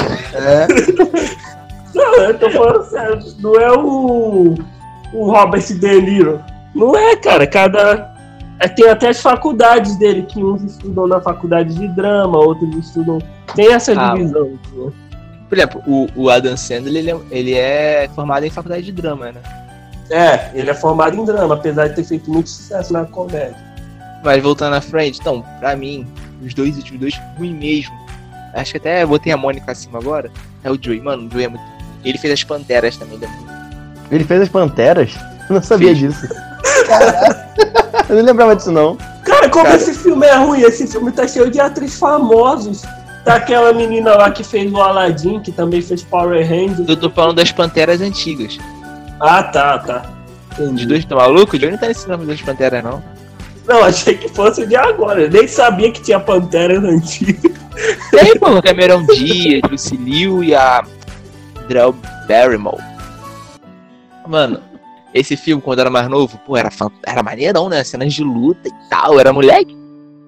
Não, eu tô falando sério. Não é o Robert De Niro. Não é, cara. Tem até as faculdades dele, que uns estudam na faculdade de drama, outros estudam... Tem essa divisão. Né? Por exemplo, o Adam Sandler, ele é formado em faculdade de drama, né? Ele é formado em drama, apesar de ter feito muito sucesso na comédia. Mas voltando à frente, então, pra mim, os últimos dois, ruim mesmo. Acho que até botei a Mônica acima agora. É o Joey, mano, o Joey é muito... Ele fez as Panteras também. Ele fez as Panteras? Eu não sabia disso. Caraca, eu não lembrava disso não. Cara, como esse filme é ruim, esse filme tá cheio de atrizes famosos. Tá aquela menina lá que fez o Aladdin, que também fez Power Rangers. Eu tô falando das Panteras antigas. Tá. Entendi. Os dois estão malucos? O Joey não tá nesse nome das Panteras, não. Não, achei que fosse o de agora. Eu nem sabia que tinha Panteras antigas. Tem, pô, Cameron Diaz, Lucy Liu e a Drew Barrymore. Mano, esse filme, quando eu era mais novo, pô, era maneirão, né? Cenas de luta e tal, era moleque.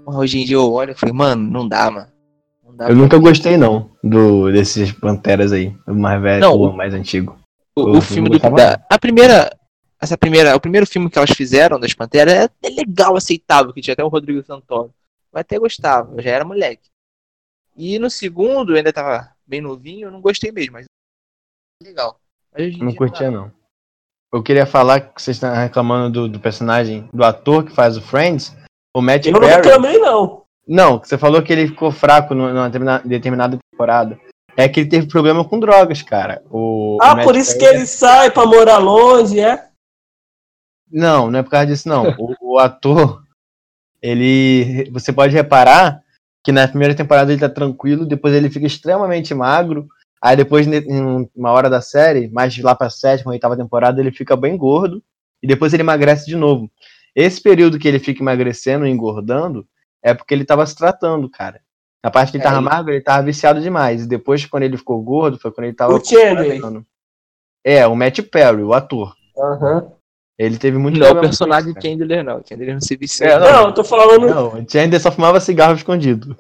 Hoje em dia eu olho e falei, mano, não dá, mano. Não dá Eu nunca gostei, não, desses Panteras aí. O mais velho ou o mais antigo. O filme o primeiro filme que elas fizeram das Panteras é até legal, aceitável, que tinha até o Rodrigo Santoro. Eu até gostava, eu já era moleque. E no segundo, eu ainda tava bem novinho, eu não gostei mesmo, mas legal. Mas não curtia, não. Eu queria falar que vocês estão reclamando do personagem, do ator que faz o Friends, o Matt Perry. Eu não reclamei, não. Não, você falou que ele ficou fraco numa determinada temporada. É que ele teve problema com drogas, cara. Por isso que ele sai pra morar longe, é? Não é por causa disso, não. O ator, você pode reparar que na primeira temporada ele tá tranquilo, depois ele fica extremamente magro, aí depois, em uma hora da série, mais lá pra 7ª, 8ª temporada, ele fica bem gordo, e depois ele emagrece de novo. Esse período que ele fica emagrecendo e engordando, é porque ele tava se tratando, cara. Na parte que ele tava magro, ele tava viciado demais, e depois, quando ele ficou gordo, foi quando ele tava... O Chandler. O Matt Perry, o ator. Ele teve muito problema. Não, o personagem de Chandler não. Chandler não se viciou. Não, eu tô falando... Não, o Chandler só fumava cigarro escondido.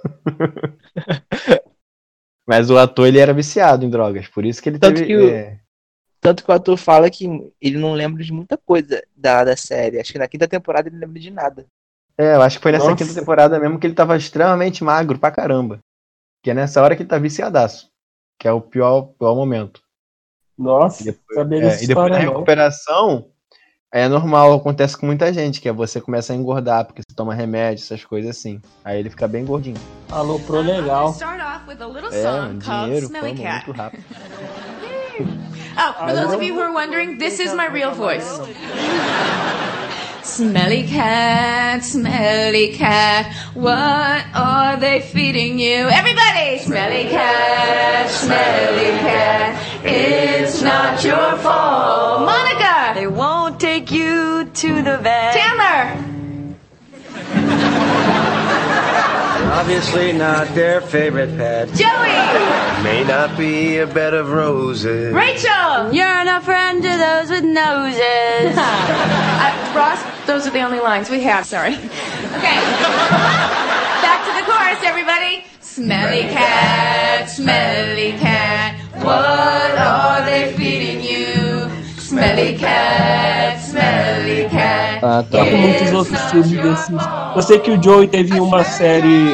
Mas o ator, ele era viciado em drogas, por isso que ele Tanto que o ator fala que ele não lembra de muita coisa da série. Acho que na 5ª temporada ele não lembra de nada. Eu acho que foi nessa 5ª temporada mesmo que ele tava extremamente magro pra caramba. Que é nessa hora que ele tá viciadaço. Que é o pior momento. Nossa, e depois da recuperação, é normal, acontece com muita gente, que é você começa a engordar, porque você toma remédio, essas coisas assim. Aí ele fica bem gordinho. Alô, pro legal. Dinheiro, fama, muito rápido. For those of you who are wondering, this is my real voice. Smelly cat, what are they feeding you? Everybody! Smelly cat, it's not your fault. Monica! They won't take you to the vet. Chandler! Obviously not their favorite pet. Joey! May not be a bed of roses. Rachel! You're not friend to those with noses. Ross, those are the only lines we have, sorry. Okay. Back to the chorus, everybody. Smelly cat, what are they feeding you? Smelly cat. Tá. Com muitos outros filmes desses. Eu sei que o Joey teve uma série.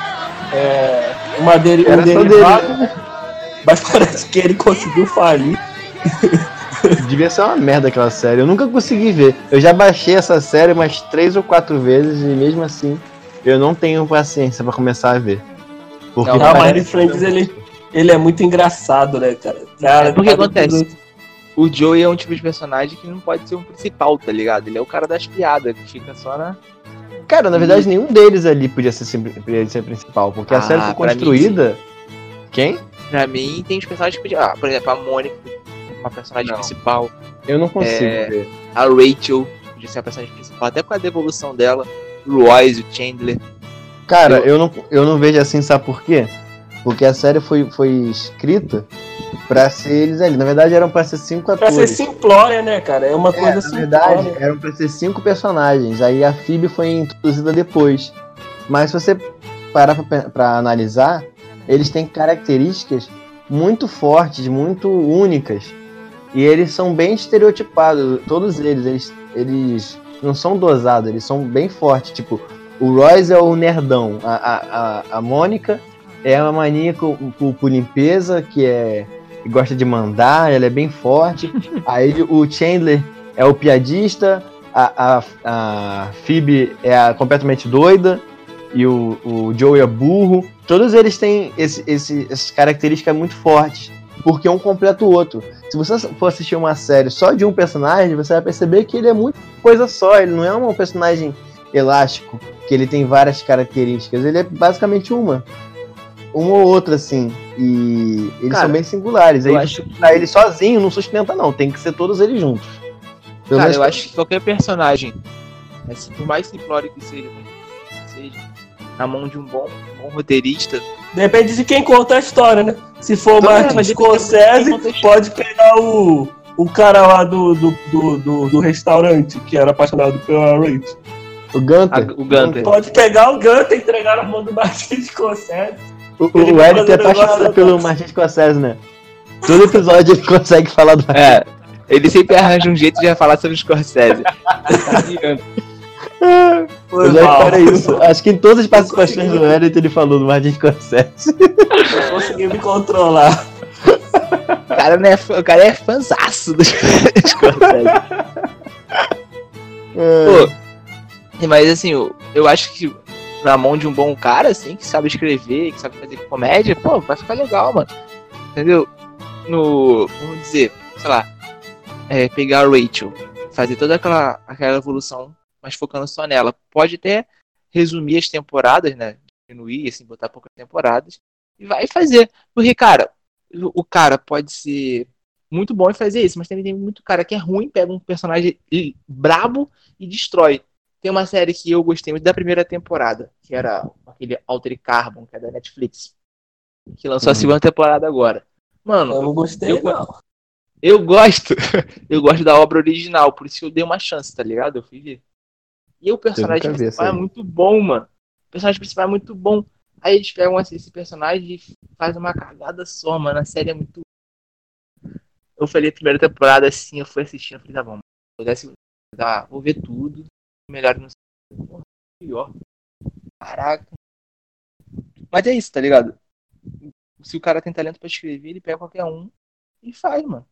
Um derivado. Mas parece que ele conseguiu falir. Devia ser uma merda aquela série. Eu nunca consegui ver. Eu já baixei essa série umas 3 ou 4 vezes e mesmo assim eu não tenho paciência pra começar a ver. Porque mas Friends ele é muito engraçado, né, cara? Porque acontece. O Joey é um tipo de personagem que não pode ser um principal, tá ligado? Ele é o cara das piadas, que fica só na... Cara, na verdade, nenhum deles ali podia ser principal, porque a série foi construída... Quem? Pra mim, tem os personagens que podiam... por exemplo, a Mônica, uma personagem principal. Eu não consigo ver. A Rachel podia ser a personagem principal, até com a devolução dela. O Royce, o Chandler. Cara, eu não vejo assim, sabe por quê? Porque a série foi escrita pra ser eles ali. Na verdade, eram pra ser 5 atores. Pra ser simplória, né, cara? É uma coisa simplória. Na verdade, eram pra ser 5 personagens. Aí a Phoebe foi introduzida depois. Mas se você parar pra analisar, eles têm características muito fortes, muito únicas. E eles são bem estereotipados. Todos eles não são dosados, eles são bem fortes. Tipo, o Royce é o nerdão. A Mônica é uma maníaca por limpeza, que gosta de mandar, ela é bem forte. Aí o Chandler é o piadista, a Phoebe é completamente doida, e o Joey é burro. Todos eles têm essas características muito fortes, porque um completa o outro. Se você for assistir uma série só de um personagem, você vai perceber que ele é muita coisa só, ele não é um personagem elástico, que ele tem várias características, ele é basicamente uma ou outra, assim, e eles são bem singulares. Aí acho que ele sozinho não sustenta, não, tem que ser todos eles juntos. Eu acho que qualquer personagem, por mais simplório que seja, na mão de um bom roteirista. Depende de quem conta a história, né? Se for o Martin Scorsese, pode pegar o cara lá do restaurante, que era apaixonado pela Rachel. O Gunter. O Gunter. Pode pegar o Gunter e entregar na mão do Martin Scorsese. O Eric é apaixonado pelo Martin Scorsese, né? Todo episódio ele consegue falar do Martin. Ele sempre arranja um jeito de falar sobre o Scorsese. Eu já reparei isso. Acho que em todas as participações do Eric ele falou do Martin Scorsese. Eu consegui me controlar. O cara é fãzaço do Scorsese. Pô, mas assim, eu acho que na mão de um bom cara, assim, que sabe escrever, que sabe fazer comédia, pô, vai ficar legal, mano. Entendeu? Vamos dizer, sei lá, pegar a Rachel, fazer toda aquela evolução, mas focando só nela. Pode até resumir as temporadas, né? Diminuir, assim, botar poucas temporadas, e vai fazer. Porque, cara, o cara pode ser muito bom em fazer isso, mas também tem muito cara que é ruim, pega um personagem brabo e destrói. Tem uma série que eu gostei muito da primeira temporada, que era aquele Altered Carbon, que é da Netflix, que lançou a segunda temporada agora. Mano, eu não gostei, não. Eu gosto da obra original, por isso que eu dei uma chance, tá ligado? Eu fui ver. E o personagem principal é muito bom, mano. O personagem principal é muito bom. Aí eles pegam esse personagem e fazem uma cagada só, mano. A série é muito... Eu falei a primeira temporada assim, eu fui assistindo, eu falei, tá bom, vou ver tudo. Melhor não sei. Porra, pior. Caraca. Mas é isso, tá ligado? Se o cara tem talento pra escrever, ele pega qualquer um e faz, mano.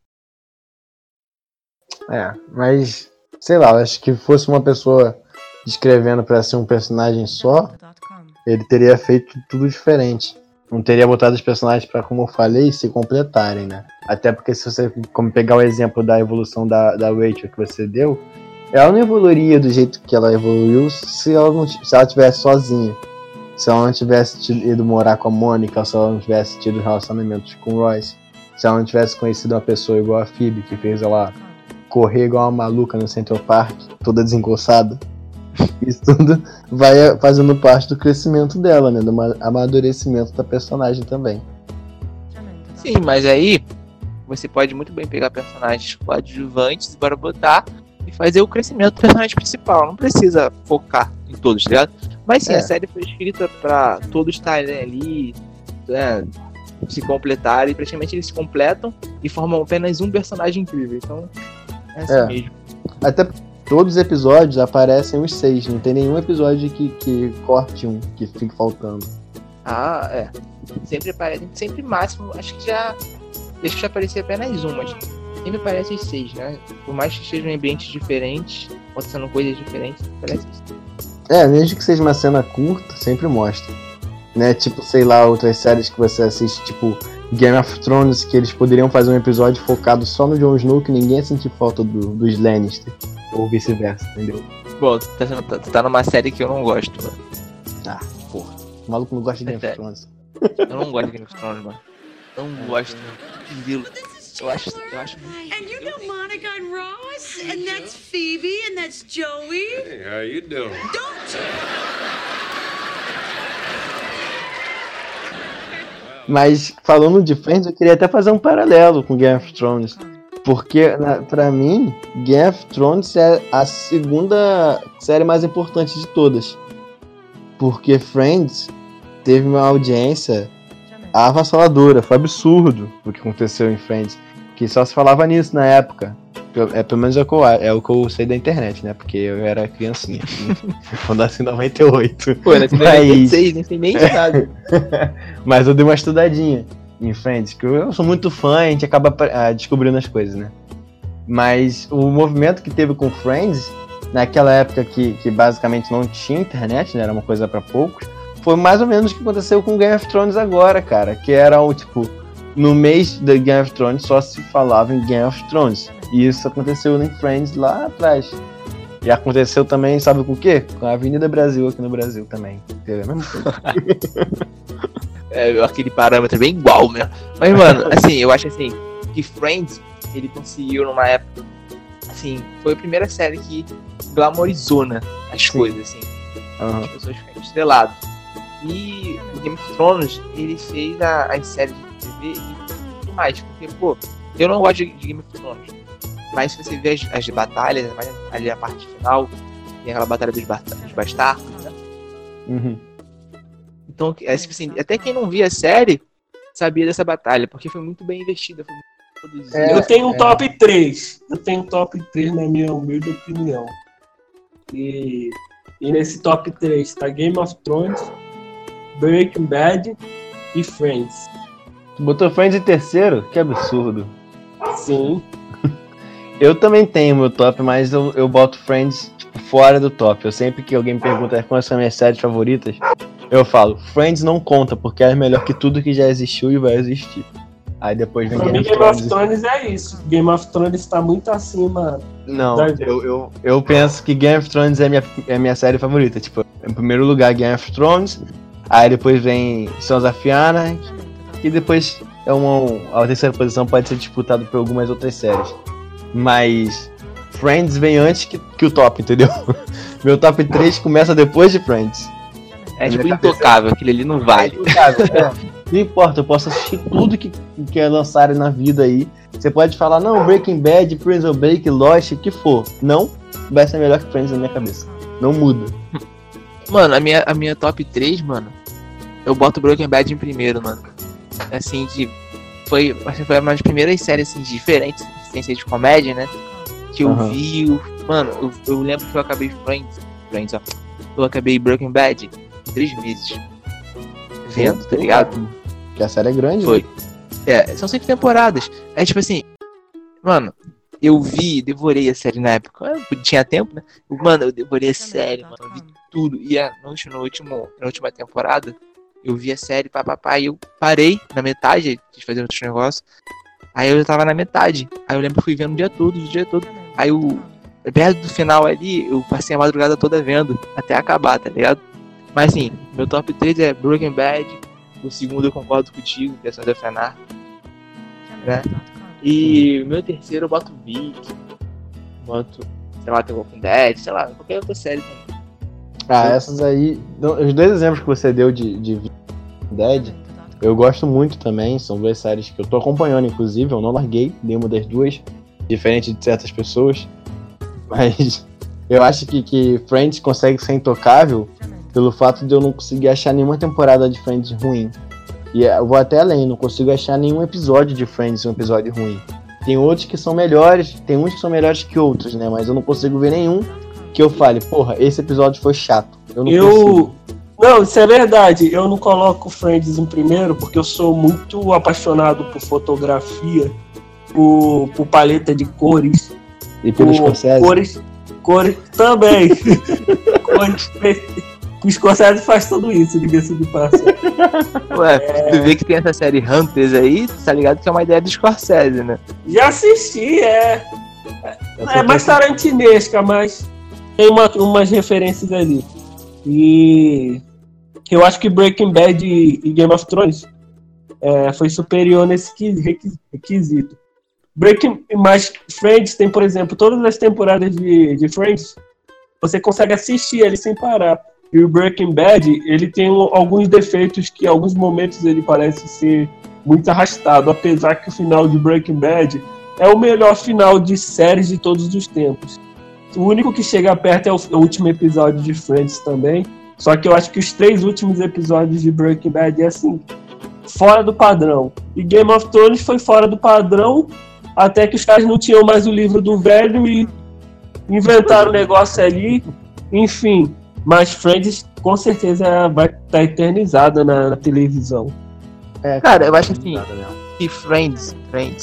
Mas sei lá, acho que fosse uma pessoa escrevendo pra ser um personagem só, ele teria feito tudo diferente. Não teria botado os personagens pra, como eu falei, se completarem, né? Até porque se você como pegar o exemplo da evolução da Rachel que você deu, ela não evoluiria do jeito que ela evoluiu se ela tivesse sozinha. Se ela não tivesse ido morar com a Mônica, se ela não tivesse tido relacionamentos com o Royce, se ela não tivesse conhecido uma pessoa igual a Phoebe, que fez ela correr igual uma maluca no Central Park, toda desengonçada. Isso tudo vai fazendo parte do crescimento dela, né? Do amadurecimento da personagem também. Sim, mas aí você pode muito bem pegar personagens coadjuvantes, bora botar e fazer o crescimento do personagem principal. Não precisa focar em todos, tá ligado? Mas sim, a série foi escrita pra todos estarem ali, né, se completarem. Praticamente eles se completam e formam apenas um personagem incrível. Então, é assim mesmo. Até todos os episódios aparecem os 6. Não tem nenhum episódio que corte um, que fique faltando. Sempre aparece, sempre máximo. Acho que já aparecia apenas um, mas sempre aparece os 6, né? Por mais que sejam ambientes diferentes, acontecendo coisas diferentes, aparece isso. Mesmo que seja uma cena curta, sempre mostra. Né? Tipo, sei lá, outras séries que você assiste, tipo Game of Thrones, que eles poderiam fazer um episódio focado só no Jon Snow, que ninguém ia sentir falta dos Lannister. Ou vice-versa, entendeu? Bom, tu tá numa série que eu não gosto, mano. Porra. O maluco não gosta de Game of Thrones. Eu não gosto de Game of Thrones, mano. Não gosto. Entendeu? Eu acho muito... And you know Monica and Ross? And that's Phoebe, and that's Joey. Hey, how you doing? Don't you? Mas, falando de Friends, eu queria até fazer um paralelo com Game of Thrones. Porque, pra mim, Game of Thrones é a segunda série mais importante de todas. Porque Friends teve uma audiência avassaladora. Foi absurdo o que aconteceu em Friends. Que só se falava nisso na época. Pelo menos é o que eu sei da internet, né? Porque eu era criancinha. Quando nasci em 98. Pô, eu nasci em 96, nem sei nem de nada. Mas eu dei uma estudadinha em Friends, que eu sou muito fã, a gente acaba descobrindo as coisas, né? Mas o movimento que teve com Friends, naquela época que basicamente não tinha internet, né? Era uma coisa pra poucos, foi mais ou menos o que aconteceu com Game of Thrones agora, cara. Que era o tipo, no mês da Game of Thrones só se falava em Game of Thrones. E isso aconteceu em Friends lá atrás. E aconteceu também, sabe com o quê? Com a Avenida Brasil aqui no Brasil também. Teve a mesma coisa. Aquele parâmetro bem igual mesmo. Mas, mano, assim, eu acho assim, que Friends, ele conseguiu numa época, assim, foi a primeira série que glamorizou, né, as coisas, assim. As pessoas ficaram estreladas. E o Game of Thrones, ele fez as séries de TV e tudo mais. Porque, pô, eu não gosto de Game of Thrones. Mas se você vê as batalhas, ali a parte final, Tem aquela batalha dos bastardos, né? Uhum. Então, tipo assim, até quem não via a série sabia dessa batalha, porque foi muito bem investida, foi muito produzida. Eu tenho um top 3. Eu tenho um top 3 na minha humilde opinião. E nesse top 3 tá Game of Thrones, Breaking Bad e Friends. Tu botou Friends em terceiro? Que absurdo. Sim. Eu também tenho meu top, mas eu boto Friends tipo, fora do top. Eu sempre que alguém me pergunta quais são as minhas séries favoritas, eu falo, Friends não conta, porque é melhor que tudo que já existiu e vai existir. Aí depois vem Pra mim, Game of Thrones é isso. Game of Thrones tá muito acima. Não, eu penso que Game of Thrones é minha série favorita. Tipo, em primeiro lugar, Game of Thrones. Aí depois vem Sons of Anarchy. E depois a terceira posição pode ser disputada por algumas outras séries. Mas Friends vem antes que o top, entendeu? Meu top 3 começa depois de Friends. É tipo intocável, aquele ali não vale. Não importa, eu posso assistir tudo que lançarem na vida aí. Você pode falar, não, Breaking Bad, Prison Break, Lost, o que for. Não, vai ser melhor que Friends na minha cabeça. Não muda. Mano, a minha top 3, mano, eu boto Breaking Bad em primeiro, mano. Assim, acho que foi uma das primeiras séries assim, diferentes, sem ser de comédia, né? Que eu vi. Mano, eu lembro que eu acabei Friends, ó. Eu acabei Breaking Bad em 3 meses. Vendo, tá ligado? Que a série é grande. Foi. Né? São 5 temporadas. É tipo assim, mano, eu devorei a série na época. Eu tinha tempo, né? Mano, eu devorei a série, mano. Eu vi tudo. E na última temporada, eu vi a série, papapá, e eu parei na metade de fazer outros negócios. Aí eu já tava na metade. Aí eu lembro que fui vendo o dia todo. Aí perto do final ali, eu passei a madrugada toda vendo, até acabar, tá ligado? Mas assim, meu top 3 é Breaking Bad. O segundo eu concordo contigo, que é Sons of Anarchy, né? E o meu terceiro eu boto Vic. Boto, sei lá, The Walking Dead, sei lá, qualquer outra série também. Essas aí. Os 2 exemplos que você deu de Walking Dead, eu gosto muito também. São 2 séries que eu tô acompanhando, inclusive. Eu não larguei nenhuma das 2, diferente de certas pessoas. Mas eu acho que Friends consegue ser intocável pelo fato de eu não conseguir achar nenhuma temporada de Friends ruim. E eu vou até além, não consigo achar nenhum episódio de Friends um episódio ruim. Tem outros que são melhores, tem uns que são melhores que outros, né? Mas eu não consigo ver nenhum que eu fale, porra, esse episódio foi chato. Eu não consigo. Não, isso é verdade. Eu não coloco Friends em primeiro porque eu sou muito apaixonado por fotografia, por paleta de cores. E pelo Scorsese? Cores também. O Scorsese faz tudo isso, diga-se de passagem. Ué, tu vê que tem essa série Hunters aí, tá ligado que é uma ideia do Scorsese, né? Já assisti, é mais tarantinesca, mas tem umas referências ali. E eu acho que Breaking Bad e Game of Thrones foi superior nesse requisito. Mas Friends tem, por exemplo, todas as temporadas de Friends, você consegue assistir ele sem parar. E o Breaking Bad, ele tem alguns defeitos que em alguns momentos ele parece ser muito arrastado, apesar que o final de Breaking Bad é o melhor final de séries de todos os tempos. O único que chega perto é o último episódio de Friends também, só que eu acho que os 3 últimos episódios de Breaking Bad é assim, fora do padrão. E Game of Thrones foi fora do padrão, até que os caras não tinham mais o livro do velho e inventaram o negócio ali, enfim. Mas Friends com certeza vai estar eternizada na televisão. Cara, eu acho assim, que Friends,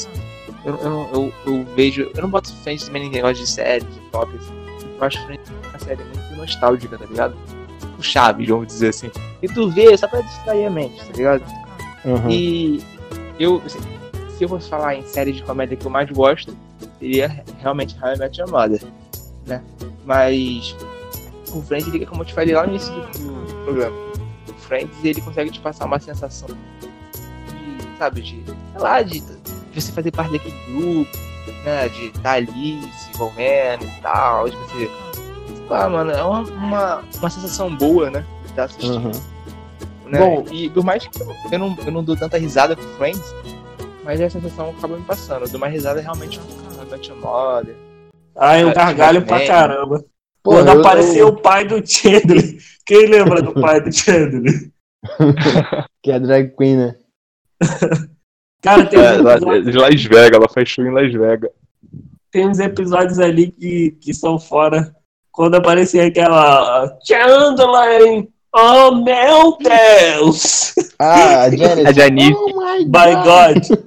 eu vejo, eu não boto Friends também em negócio de série, de top, assim. Eu acho Friends uma série muito nostálgica, tá ligado? O Chaves, vamos dizer assim. E tu vê só pra distrair a mente, tá ligado? Uhum. E eu, assim, se eu fosse falar em série de comédia que eu mais gosto, seria realmente How I Met Your Mother, né? Mas o Friends, ele, como eu te falei lá no início do programa, o Friends, ele consegue te passar uma sensação de, sabe, sei lá, de você fazer parte daquele grupo, né, de estar ali se envolvendo e tal, de você, sei lá, mano, é uma sensação boa, né, de estar assistindo. Né? Bom, e por mais que eu não dou tanta risada com Friends, mas a sensação acaba me passando, eu dou uma risada realmente com a Met Your Mother. Eu gargalho pra caramba. Quando apareceu o pai do Chandler. Quem lembra do pai do Chandler? Que é drag queen, né? Cara, tem de Las Vegas, ela faz show em Las Vegas. Tem uns episódios ali que são fora. Quando aparecia aquela Chandler, oh meu Deus! Ah, a Janice. A Janice. Oh my God!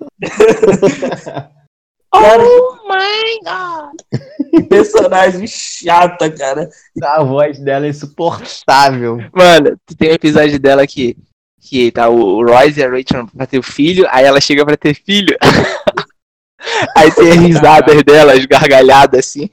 Oh my God! Que personagem chata, cara. A voz dela é insuportável. Mano, tem um episódio dela que tá o Royce e a Rachel pra ter o filho, aí ela chega pra ter filho. Aí tem as risadas dela, as gargalhadas assim.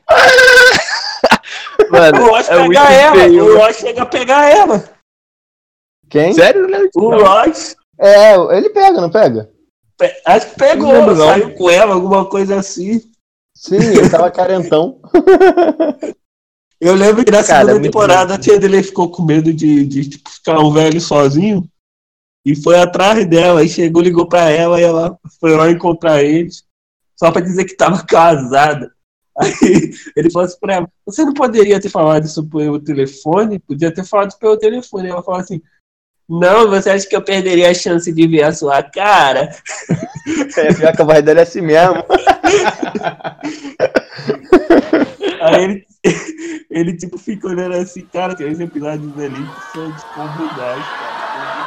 Mano, o Ross pega ela, feio. O Ross chega a pegar ela. Quem? Sério? O Ross. É, ele pega, não pega? Acho que pegou, não, saiu com ela, alguma coisa assim. Sim, ele tava carentão. Eu lembro que na segunda temporada a tia dele ficou com medo de tipo, ficar um velho sozinho. E foi atrás dela, aí chegou, ligou pra ela e ela foi lá encontrar eles. Só pra dizer que tava casada. Aí ele falou assim pra ela, você não poderia ter falado isso pelo telefone? Podia ter falado pelo telefone. Ela falou assim, não, você acha que eu perderia a chance de ver a sua cara? É, pior que a voz dele é assim mesmo. Aí ele tipo fica olhando assim, cara, tem uns episódios ali que são descomunais, cara.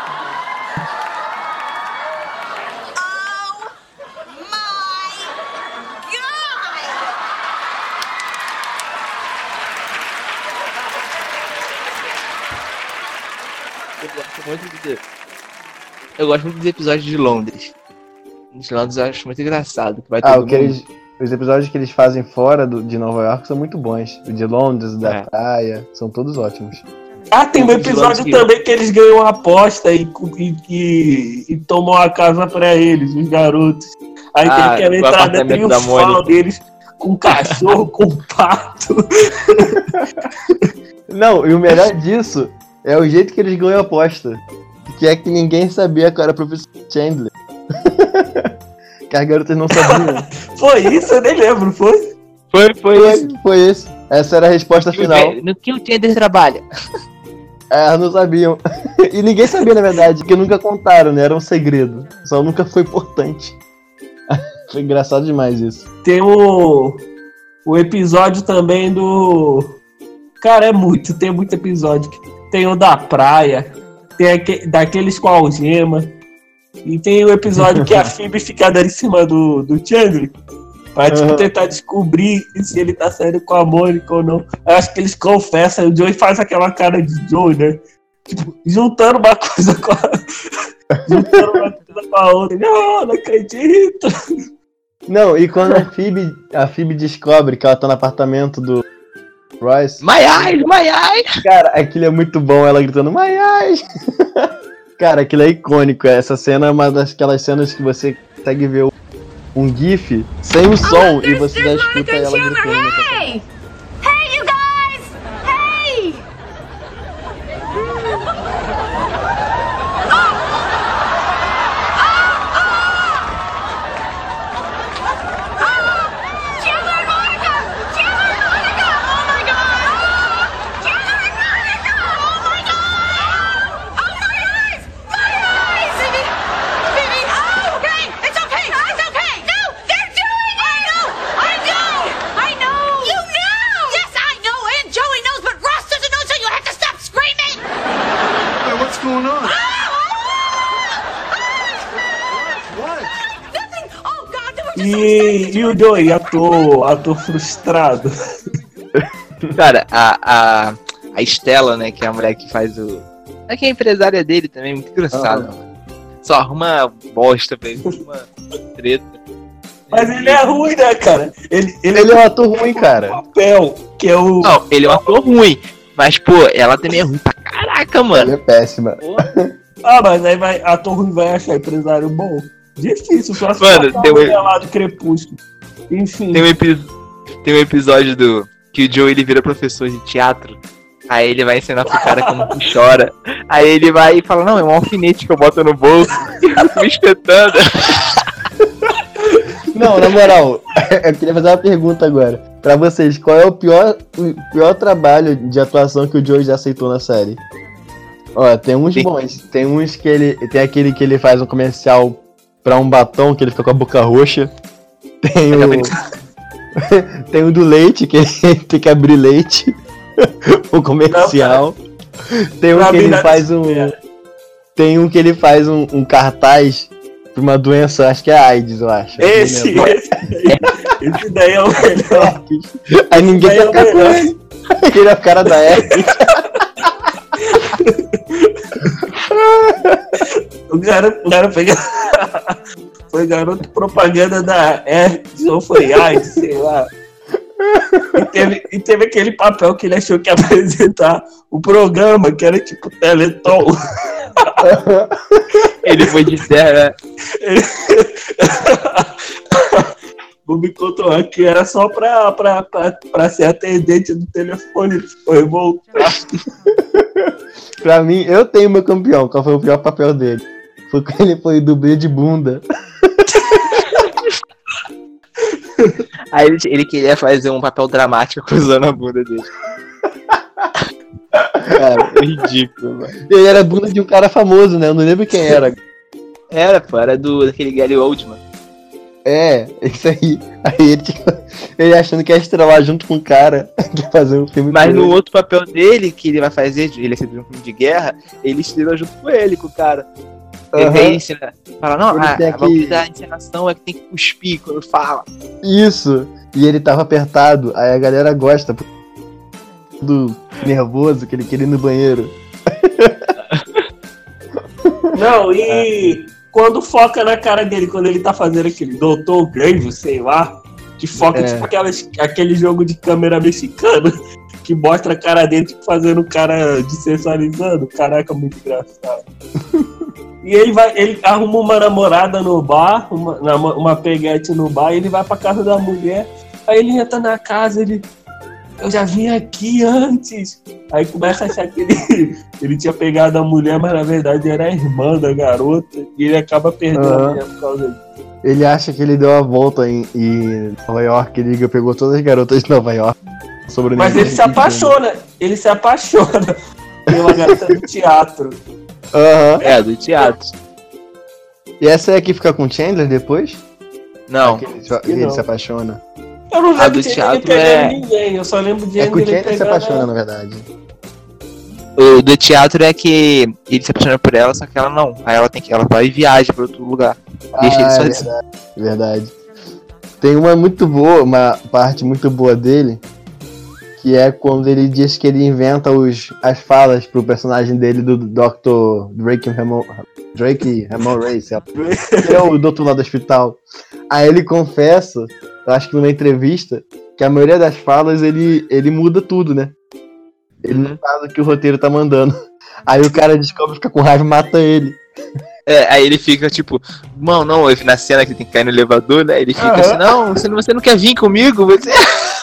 Eu gosto muito dos episódios de Londres. De Londres eu acho muito engraçado. Que vai todo mundo... Os episódios que eles fazem fora de Nova York são muito bons. O de Londres, da praia, são todos ótimos. Ah, tem um episódio também que eles ganham uma aposta e tomam a casa pra eles, os garotos. Aí que ele quer entrar na triunfal deles com cachorro, com pato. Não, e o melhor disso é o jeito que eles ganham a aposta. Que é que ninguém sabia qual era o professor Chandler. Que as garotas não sabiam. Foi isso? Eu nem lembro, foi? Foi isso. Essa era a resposta final. No que o Chandler trabalha? Elas não sabiam. E ninguém sabia, na verdade, porque nunca contaram, né? Era um segredo. Só nunca foi importante. Foi engraçado demais isso. Tem o episódio também do... Cara, tem muito episódio. Tem o da praia, tem daqueles com a algema. E tem o episódio que a Phoebe fica dando em cima do Chandler pra tipo, tentar descobrir se ele tá saindo com a Mônica ou não. Eu acho que eles confessam, o Joey faz aquela cara de Joey, né? Tipo, juntando uma coisa com a outra. Não acredito. Não, e quando a Phoebe descobre que ela tá no apartamento do Royce... My eyes! Cara, aquilo é muito bom, ela gritando, my eyes! Cara, aquilo é icônico. Essa cena é uma daquelas cenas que você consegue ver um gif sem o som e você já escuta ela gritando. Hey! Hey, you guys! Hey! Chandler and Monica! Chandler and Monica! Oh my god! Chandler and Monica! Oh my god! Oh my eyes! My eyes! Phoebe! Oh, okay! It's okay! It's okay! No! They're doing it! I know! You know! Yes, I know! And Joey knows, but Ross doesn't know, so you have to stop screaming! Hey, what's going on? Nothing! Oh god, they were just so E o Joey, ator frustrado. Cara, a Estela, né, que é a mulher que faz o... É que é a empresária dele também, muito engraçada. Só arruma bosta pra ele, arruma treta. Mas ele é ruim, né, cara? Ele é um ator ruim, cara. Papel, que é o... Não, ele é um ator ruim. Mas, pô, ela também é ruim pra caraca, mano. Ela é péssima. Mas aí ator ruim vai achar empresário bom. Difícil, só se mano, tem lá do Crepúsculo. Enfim. Tem um episódio que o Joe ele vira professor de teatro. Aí ele vai ensinar pro cara como que chora. Aí ele vai e fala, não, é um alfinete que eu boto no bolso. E eu fico me espetando. Não, na moral, eu queria fazer uma pergunta agora. Pra vocês, qual é o pior trabalho de atuação que o Joey já aceitou na série? Ó, tem uns bons. Tem uns que ele... Tem aquele que ele faz um comercial pra um batom, que ele fica com a boca roxa. Tem o... Tem o do leite, que ele tem que abrir leite. O comercial. Tem um que ele faz um... Tem um que ele faz um cartaz pra uma doença, acho que é AIDS, eu acho. Esse daí é o melhor. Aí ninguém quer ficar com ele. Ele é o cara da herpes. O cara foi garoto propaganda da herpes, ou foi AIDS, sei lá. E teve aquele papel que ele achou que ia apresentar o programa, que era tipo Teleton. Ele foi de terra. O me contou que era só pra ser atendente do telefone. Ele ficou revoltado. Pra mim, eu tenho meu campeão. Qual foi o pior papel dele? Foi quando ele foi dublê de bunda. Aí ele queria fazer um papel dramático cruzando a bunda dele. Cara, é ridículo, mano. Ele era bunda de um cara famoso, né? Eu não lembro quem era. Era, pô, era daquele Gary Oldman. É, isso aí. Aí ele achando que ia estrelar junto com o cara que ia fazer um filme. Mas no outro papel dele, que ele vai fazer, ele vai fazer um filme de guerra, ele estrela junto com ele, com o cara. Ele ensina, fala, não, a bagulho da encenação é que tem que cuspir quando fala. Isso, e ele tava apertado, aí a galera gosta do nervoso, que ele queria ir no banheiro. Não, e quando foca na cara dele, quando ele tá fazendo aquele Doutor Grave, sei lá, que foca tipo aquele jogo de câmera mexicano, que mostra a cara dele tipo, fazendo o cara dessensualizando. Caraca, muito engraçado. E ele arruma uma namorada no bar, uma peguete no bar, e ele vai pra casa da mulher, aí ele entra na casa, eu já vim aqui antes. Aí começa a achar que ele tinha pegado a mulher, mas na verdade era a irmã da garota, e ele acaba perdendo a mulher por causa disso. Ele acha que ele deu a volta em Nova York, ele pegou todas as garotas de Nova York. Mas ele se apaixona pela garota do teatro. É, do teatro. E essa é a que fica com o Chandler depois? Não. Ele se apaixona. Eu não lembro do de teatro ele ninguém, eu só lembro de ele. É que o ele Chandler se apaixona, na verdade. O do teatro é que ele se apaixona por ela, só que ela não. Aí ela vai e viaja pra outro lugar. Deixa ele sozinho. Verdade. Tem uma muito boa, uma parte muito boa dele, que é quando ele diz que ele inventa as falas pro personagem dele do Dr. Drake Ramon Race, que é o doutor lá do hospital. Aí ele confessa, eu acho que numa entrevista, que a maioria das falas ele muda tudo, né? Ele não faz o que o roteiro tá mandando. Aí o cara descobre, fica com raiva e mata ele. Aí ele fica tipo, não, na cena que tem que cair no elevador, né? Ele fica assim, não, você não quer vir comigo? Você...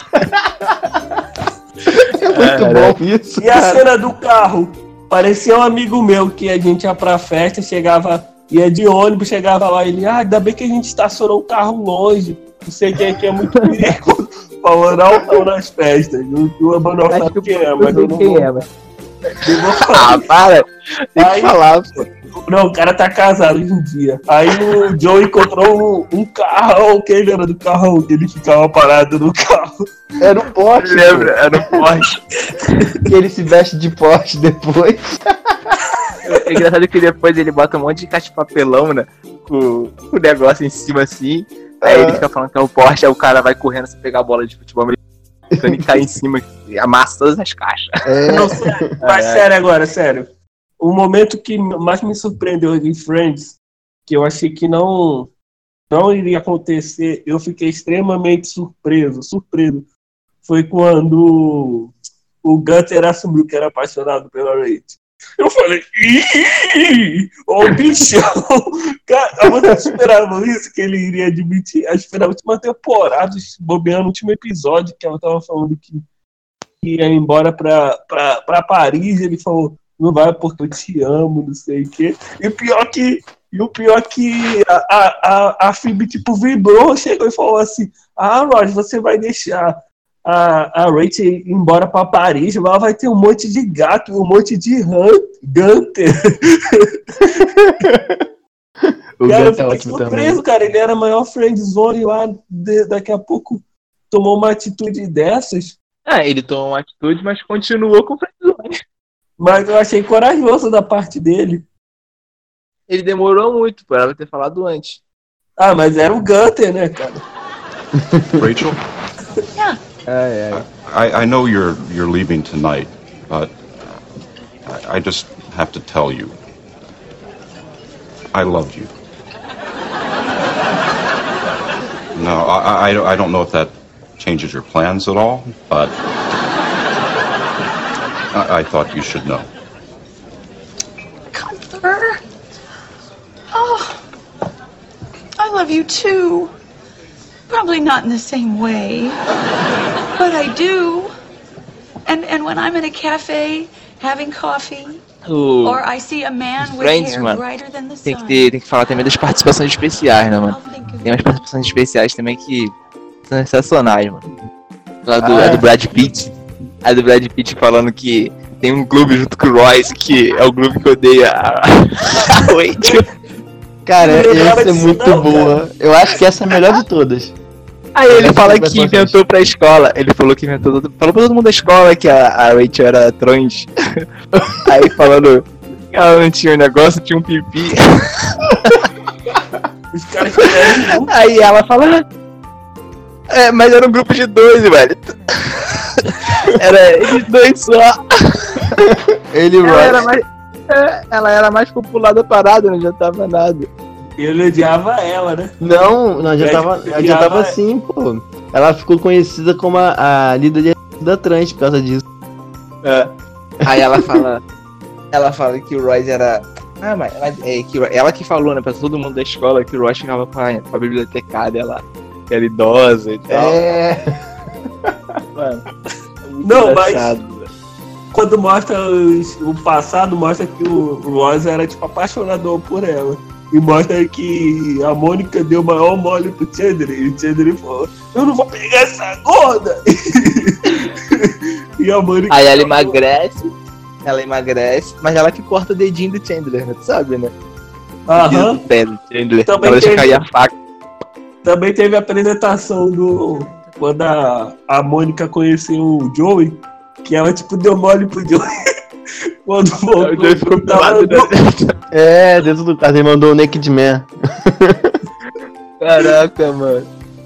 É muito bom isso. E a cena do carro? Parecia um amigo meu que a gente ia pra festa, ia de ônibus, chegava lá e ele, ainda bem que a gente estacionou o carro longe. Não sei quem aqui é muito perigoso. Falando altão nas festas. O Emanuel sabe quem é, mas eu não vou. Para! Tem que falar, pô. Não, o cara tá casado hoje em dia. Aí o Joe encontrou um carro. Quem lembra do carro? Que ele ficava parado no carro. Era um Porsche. Lembra? Era um Porsche. E ele se veste de Porsche depois. É engraçado que depois ele bota um monte de caixa de papelão, né? Com o negócio em cima assim. Aí ele fica falando que é o Porsche, aí o cara vai correndo sem pegar a bola de futebol americano e cai em cima e amassa todas as caixas. Não, sério. Mas sério agora, sério. O momento que mais me surpreendeu em Friends, que eu achei que não iria acontecer, eu fiquei extremamente surpreso, foi quando o Gunter assumiu que era apaixonado pela Rachel. Eu falei, ó o bichão! Cara, vocês esperavam isso, que ele iria admitir? Acho que foi na última temporada, bobeando no último episódio, que ela tava falando que ia embora pra Paris, ele falou, não vai porque eu te amo, não sei o quê. E o pior que a Phoebe, tipo, vibrou, chegou e falou assim, Ross, você vai deixar a Rachel ir embora pra Paris, lá vai ter um monte de gato, um monte de Gunter. O Cara, eu Gunter é fiquei ótimo surpreso, também. cara. Ele era a maior friendzone lá, daqui a pouco tomou uma atitude dessas. Ele tomou uma atitude, mas continuou com o friendzone. Mas eu achei corajoso da parte dele. Ele demorou muito por ela ter falado antes. Ah, mas era o Gunter, né, cara? Rachel, É. I know you're leaving tonight, but I just have to tell you, I love you. No, I don't know if that changes your plans at all, but I thought you should know. Gunther. Oh, I love you too. Probably not in the same way, but I do. And when I'm in a cafe having coffee, or I see a man with Friends, hair mano, brighter than the tem sun. que falar também das participações especiais, né, mano? Tem umas participações especiais também que são sensacionais, mano. A do Brad Pitt. A do Brad Pitt falando que tem um clube junto com o Royce, que é o clube que odeia a Rachel. Cara, Eu lembrava essa é disso muito não, boa. cara. Eu acho que essa é a melhor de todas. Aí ele Essa fala foi a que personagem. inventou pra escola. Ele falou que inventou. Falou pra todo mundo da escola que a Rachel era trans. Aí falando que ela não tinha um negócio, tinha um pipi. Os caras fizeram. Aí ela fala. Mas era um grupo de 2, velho. Era eles 2 só. Ele e o Royce. Ela era mais popular da parada, não adiantava nada. Ele odiava ela, né? Não, já Brad tava, Pitt já odiava tava ela. assim, pô. Ela ficou conhecida como a líder da trans por causa disso. Aí ela fala que o Royce era. Mas que ela que falou, né, pra todo mundo da escola que o Royce ficava com a bibliotecária lá, que era idosa e tal. Mano, Não, engraçado, mas quando mostra o passado, mostra que o Ross era tipo apaixonador por ela. E mostra que a Mônica deu o maior mole pro Chandler. E o Chandler falou: eu não vou pegar essa gorda! E a Mônica. Aí ela emagrece, mas ela que corta o dedinho do Chandler, né? Tu sabe, né? Aham. O pé do Chandler. Também Ela deixa teve- cair a faca. Também teve a apresentação do. Quando a Mônica conheceu o Joey, que ela tipo deu mole pro Joey. Quando voltou, O Joey ficou tava pelado, né? Dentro do carro ele mandou o Naked Man. Caraca, mano.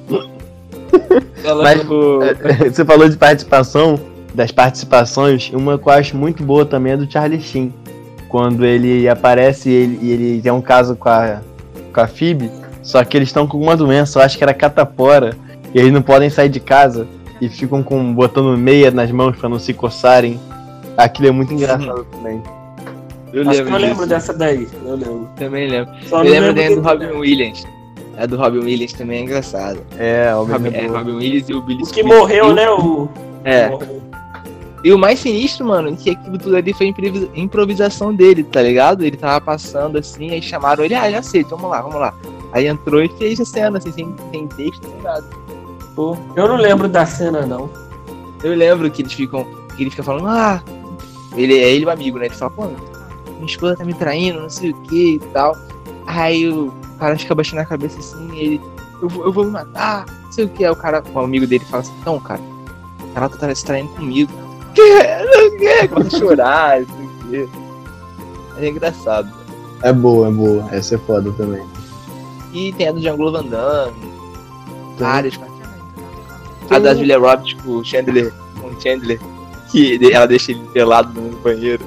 Ela Mas, ficou. Você falou de participação, das participações, uma que eu acho muito boa também é do Charlie Sheen. Quando ele aparece e ele tem um caso com a Phoebe, só que eles estão com uma doença, eu acho que era catapora, e eles não podem sair de casa e ficam botando meia nas mãos pra não se coçarem. Aquilo é muito engraçado também. Eu Acho que eu lembro disso. dessa daí. Eu lembro. Também lembro. Só Eu não lembro lembro dentro do dele. Robin Williams. A do Robin Williams também é engraçada. Robin Williams e o Billy O que Smith. morreu, né? O. Morreu. E o mais sinistro, mano, é que aquilo tudo ali foi improvisação dele, tá ligado? Ele tava passando assim, aí chamaram ele, já sei, vamos lá. Aí entrou e fez a cena, assim, sem texto, sem nada. Pô, eu não lembro da cena, não. Eu lembro que ele fica falando, ele e o amigo, né? Ele fala, pô, minha esposa tá me traindo, não sei o que e tal. Aí o cara fica baixando a cabeça assim, e ele, eu vou me matar, não sei o que. Aí o amigo dele fala assim, não, cara, ela tá se traindo comigo. Que? Começa a chorar, não sei o que. É engraçado. É boa. Essa é foda também. E tem a do Jean-Claude Van Damme, várias partes. A da Julia Roberts com o Chandler, que ela deixa ele pelado no banheiro.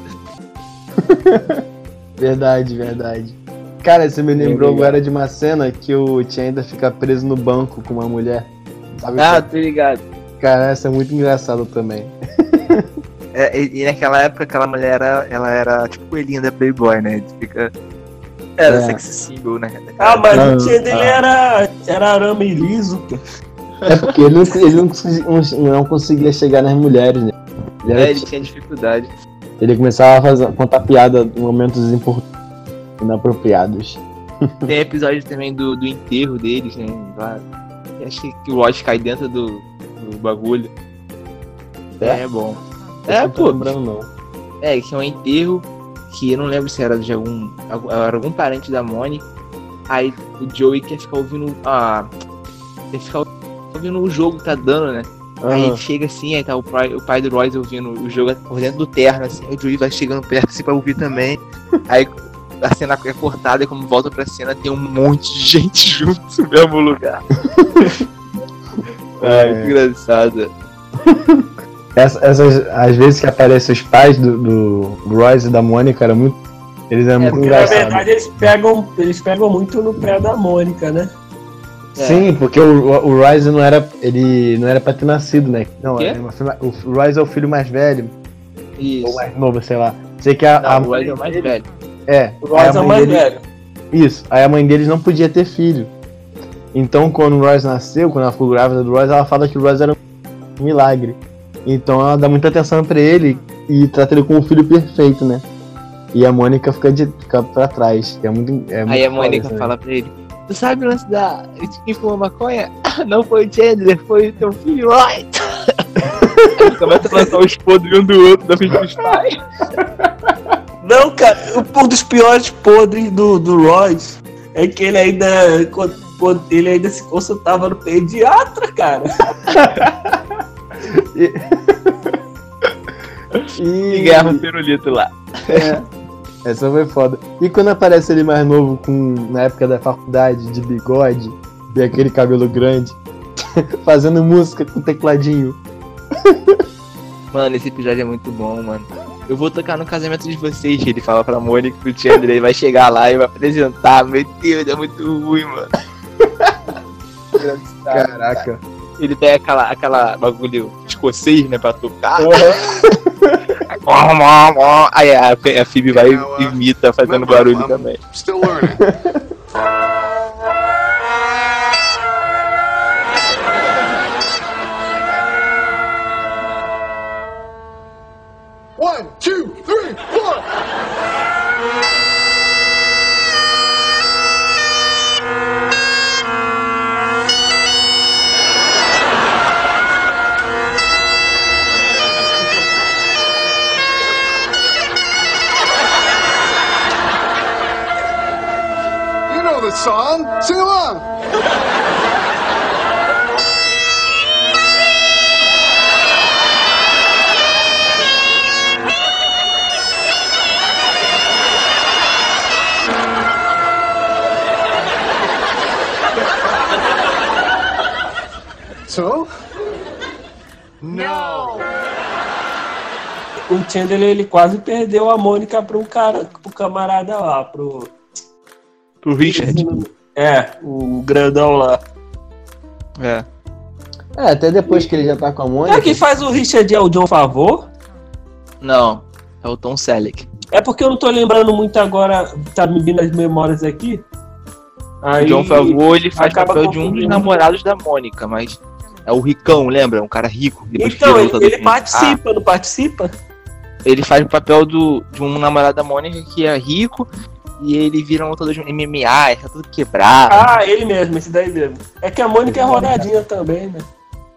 Verdade. Cara, você me lembrou agora de uma cena que o Chandler fica preso no banco com uma mulher. Sabe? Tô ligado. Cara, essa é muito engraçada também. E naquela época aquela mulher era tipo coelhinha da Playboy, né? Era sexy symbol, né? Mas o Chandler era arame liso, pô. É porque ele não conseguia chegar nas mulheres, né? Ele tinha dificuldade. Ele começava a contar piada em momentos inapropriados. Tem episódio também do enterro deles, né? Lá. Acho que o Ross cai dentro do bagulho. É bom. Não tô Pô. lembrando, não. Que é um enterro que eu não lembro se era de algum parente da Mônica. Aí o Joey quer ficar ouvindo o jogo que tá dando, né? Aí ele chega assim, aí tá o pai do Royce ouvindo o jogo por dentro do terno, assim, o Joey vai chegando perto assim pra ouvir também. Aí a cena é cortada e quando volta pra cena tem um monte de gente junto no mesmo lugar. Que engraçado. Essas, às vezes que aparecem os pais do Royce e da Mônica, eles eram muito engraçados. Na verdade, eles pegam muito no pé da Mônica, né? Sim, porque o Royce não era pra ter nascido, né? Não, o Royce é o filho mais velho. Isso. Ou mais novo, sei lá. Sei que o Royce é o mais velho. O Royce é o mais velho. Isso. Aí a mãe deles não podia ter filho. Então, quando o Royce nasceu, quando ela ficou grávida do Royce, ela fala que o Royce era um milagre. Então ela dá muita atenção pra ele e trata ele como um filho perfeito, né? E a Mônica fica pra trás. É muito aí a Mônica fala pra ele: tu sabe o lance de quem fumou maconha? Não foi o Chandler, foi o teu filho Lloyd. Aí começa a lançar os podres um do outro da frente dos pais. Não, cara, um dos piores podres do Royce é que ele ainda se consultava no pediatra, cara. E ganhava um pirulito lá. Essa foi foda. E quando aparece ele mais novo, na época da faculdade, de bigode, e aquele cabelo grande, fazendo música com tecladinho. Mano, esse episódio é muito bom, mano. Eu vou tocar no casamento de vocês, ele fala pra Mônica que o Chandler ele vai chegar lá e vai apresentar. Meu Deus, é muito ruim, mano. Caraca. Ele tem aquela bagulho escocês, né, pra tocar. Aí a Phoebe vai e imita fazendo barulho também. Still learning. One, two, three, four. You know the song. Sing along. So? No. O Chandler, ele quase perdeu a Mônica pro camarada lá, pro Richard. O grandão lá. Até depois que ele já tá com a Mônica. Quem faz o Richard é o John Favreau? Não, é o Tom Selleck. É porque eu não tô lembrando muito agora, tá me vindo as memórias aqui. Aí, o John Favreau, ele faz papel de um dos namorados da Mônica, mas é o ricão, lembra? Um cara rico. Então, ele participa, não participa? Ele faz o papel de um namorado da Mônica que é rico e ele vira um lutador de MMA, tá tudo quebrado. Ele mesmo, esse daí mesmo. É que a Mônica é rodadinha também, né?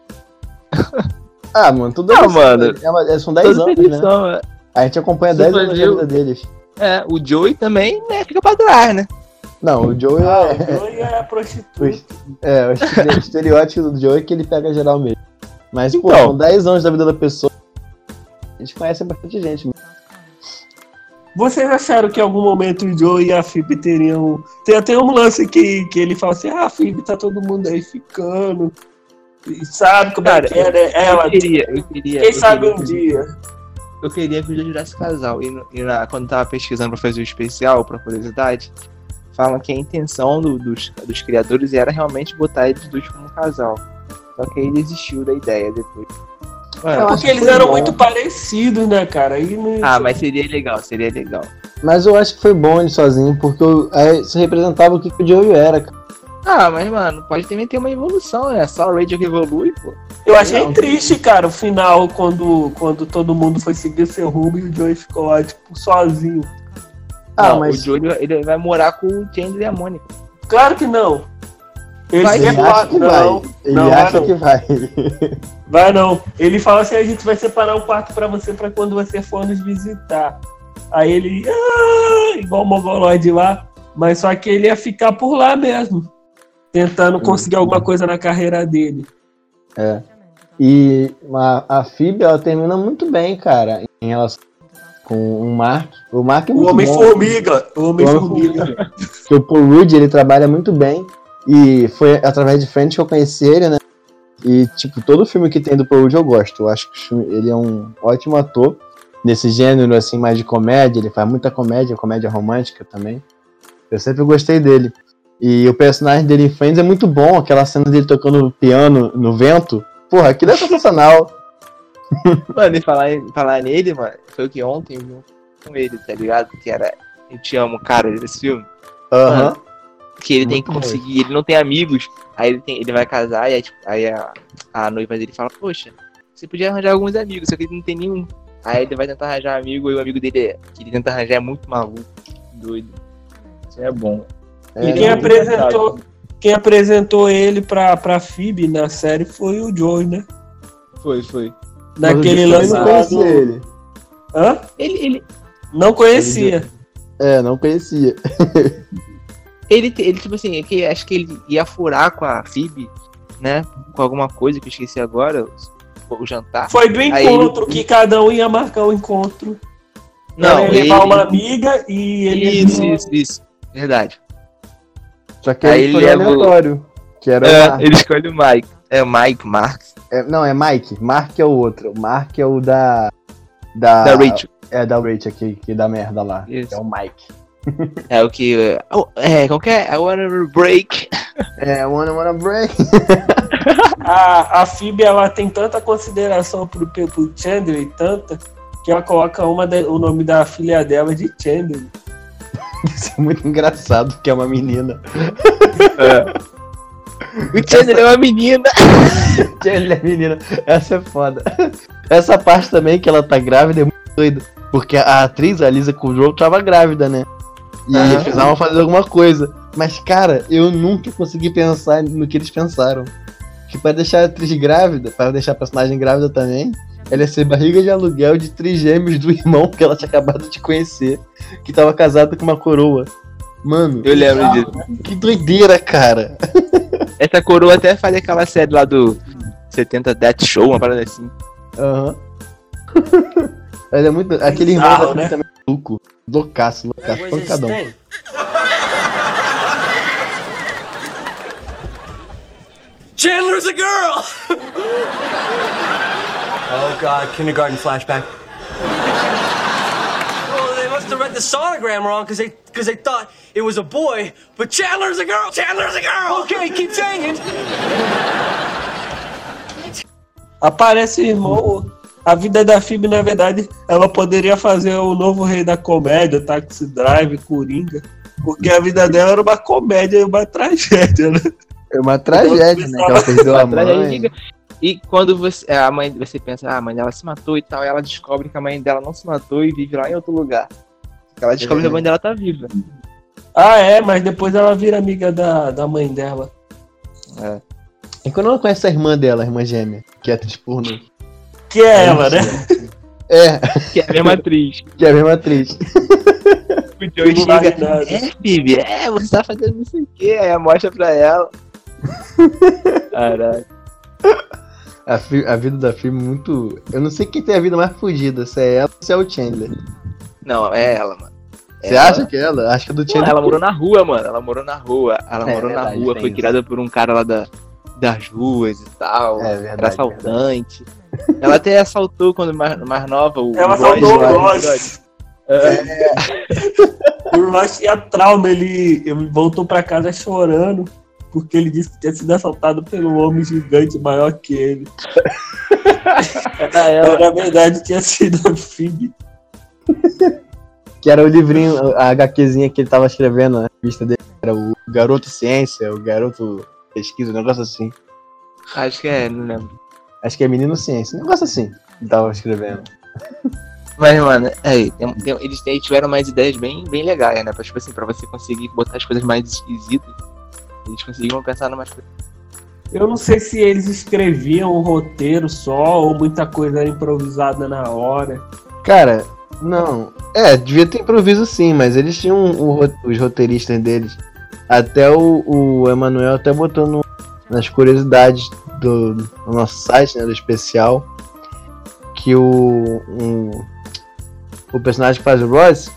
Mano, tudo mano. São 10 anos, né? A gente acompanha 10 anos da vida deles. O Joey também, né, fica pra trás, né? Não, o Joey O Joey é prostituta. O estereótipo do Joey é que ele pega geral mesmo. Mas, então, são 10 anos da vida da pessoa. A gente conhece bastante gente. Mano. Vocês acharam que em algum momento o Joey e a Phoebe teriam... Tem até um lance que ele fala assim, Phoebe, tá todo mundo aí ficando. E sabe como é que é, né? Eu queria. Quem sabe um dia. Eu queria que os dois virassem casal. Quando tava pesquisando pra fazer o especial, pra curiosidade, falam que a intenção dos criadores era realmente botar eles dois como casal. Só que aí desistiu da ideia depois. Porque eles eram muito parecidos, né, cara? Mas seria legal. Mas eu acho que foi bom ele sozinho, porque isso representava o que o Joey era, cara. Mas, mano, pode também ter uma evolução, né? Só o Radio que evolui, pô. Eu achei triste, cara, o final, quando todo mundo foi seguir seu rumo e o Joey ficou lá, tipo, sozinho. Mas o Joey, ele vai morar com o Chandler e a Mônica. Claro que não. Ele Vai, separa- acha que não, vai. Ele não, acha vai que não. vai. Vai não. Ele fala assim, a gente vai separar um quarto pra você pra quando você for nos visitar. Aí ele, igual o Mongoloide lá, mas só que ele ia ficar por lá mesmo, tentando conseguir alguma coisa na carreira dele. É. E a Phoebe, ela termina muito bem, cara, em relação com o Mark. O Mark é O muito bom. Homem-Formiga. O Homem-Formiga. Porque o Paul Rudd, ele trabalha muito bem. E foi através de Friends que eu conheci ele, né? E, tipo, todo filme que tem do Paul Rudd eu gosto. Eu acho que ele é um ótimo ator. Nesse gênero, assim, mais de comédia. Ele faz muita comédia romântica também. Eu sempre gostei dele. E o personagem dele em Friends é muito bom. Aquela cena dele tocando piano no vento. Porra, aquilo é sensacional. Mano, e falar nele, mano, foi o que ontem eu vi com ele, tá ligado? Que era Eu Te Amo, cara, desse filme. Aham. Mano, que ele tem Muito que bom. conseguir, ele não tem amigos, aí ele vai casar, e aí, tipo, a noiva dele fala, poxa, você podia arranjar alguns amigos, só que ele não tem nenhum. Aí ele vai tentar arranjar um amigo, e o amigo dele que ele tenta arranjar é muito maluco, doido. Isso é bom. E quem apresentou ele pra Phoebe na série foi o Joey, né? Foi. Naquele Mas eu lance não lá conhecia do... ele. Hã? Ele Não conhecia. Não conhecia. Ele, tipo assim, que acho que ele ia furar com a Phoebe, né? Com alguma coisa que eu esqueci agora, o jantar. Foi do Aí encontro que cada um ia marcar o encontro. Não, Ela ia levar uma amiga e ele... Isso. Verdade. Só que Aí ele foi ele leva o- aleatório. Que era o Mark. Ele escolhe o Mike. É Mike Marks. Não, é Mike. Mark é o outro. Mark é o da Da Rachel. É, da Rachel que dá merda lá. Isso. É o Mike. É o que. Qual que é? I wanna break. É, wanna break. A Phoebe, ela tem tanta consideração pro Chandler e tanta que ela coloca o nome da filha dela de Chandler. Isso é muito engraçado, porque é uma menina. O Chandler é uma menina. Chandler é menina. Essa é foda. Essa parte também que ela tá grávida é muito doida. Porque a atriz, a Lisa Kudrow, tava grávida, né? E precisavam fazer alguma coisa. Mas, cara, eu nunca consegui pensar no que eles pensaram. Que pra deixar a atriz grávida, pra deixar a personagem grávida também, ela ia ser barriga de aluguel de trigêmeos do irmão que ela tinha acabado de conhecer, que tava casado com uma coroa. Mano, Eu lembro disso. que doideira, cara. Essa coroa até faz aquela série lá do 70 Death Show, uma parada assim. Aham. Ela é muito. Aquele irmão Bizarro, da né? também é louco. Loucaço, pancadão. Chandler's a girl! Oh god, kindergarten flashback. Well, they must have read the sonogram wrong because they thought it was a boy, but Chandler's a girl! Chandler's a girl! Okay, keep saying it! Aparece o irmão. A vida da Phoebe, na verdade, ela poderia fazer o novo rei da comédia, Taxi Drive, Coringa. Porque a vida dela era uma comédia e uma tragédia, né? É uma tragédia, né? Que ela perdeu a mãe. E quando você pensa, a mãe dela se matou e tal, e ela descobre que a mãe dela não se matou e vive lá em outro lugar. Ela descobre que a mãe dela tá viva. Ah, é, mas depois ela vira amiga da mãe dela. É. E quando ela conhece a irmã dela, a irmã gêmea, que é atriz pornô. Que é ela, né? É. Que é a mesma atriz. Que é a mesma atriz. O Joey chega, Phoebe, você tá fazendo não sei o que, aí mostra pra ela. Caralho. A vida da Phoebe muito... Eu não sei quem tem a vida mais fodida, se é ela ou se é o Chandler. Não, é ela, mano. Você acha que é ela? Acho que é do Chandler. Ela morou na rua, mano. Ela morou na rua. Verdade, Foi tem criada por um cara lá das ruas e tal. É verdade, Era assaltante. Ela até assaltou quando mais nova o Ela Ross. assaltou o Ross. O Ross tinha trauma, ele voltou pra casa chorando porque ele disse que tinha sido assaltado pelo homem gigante maior que ele. Na verdade tinha sido a Phoebe. Que era o livrinho, a HQzinha que ele tava escrevendo na revista dele. Era o Garoto Ciência, o Garoto Pesquisa, um negócio assim. Acho que não lembro. Acho que é Menino Ciência, um negócio assim. Ele tava escrevendo. Mas, mano, eles tiveram mais ideias bem legais, né? Tipo assim, pra você conseguir botar as coisas mais esquisitas. Eles conseguiam pensar numa coisa. Eu não sei se eles escreviam um roteiro só ou muita coisa era improvisada na hora. Cara, não. Devia ter improviso sim, mas eles tinham os roteiristas deles. Até o Emanuel até botou nas curiosidades do nosso site, né, do especial, que o personagem que faz o Ross,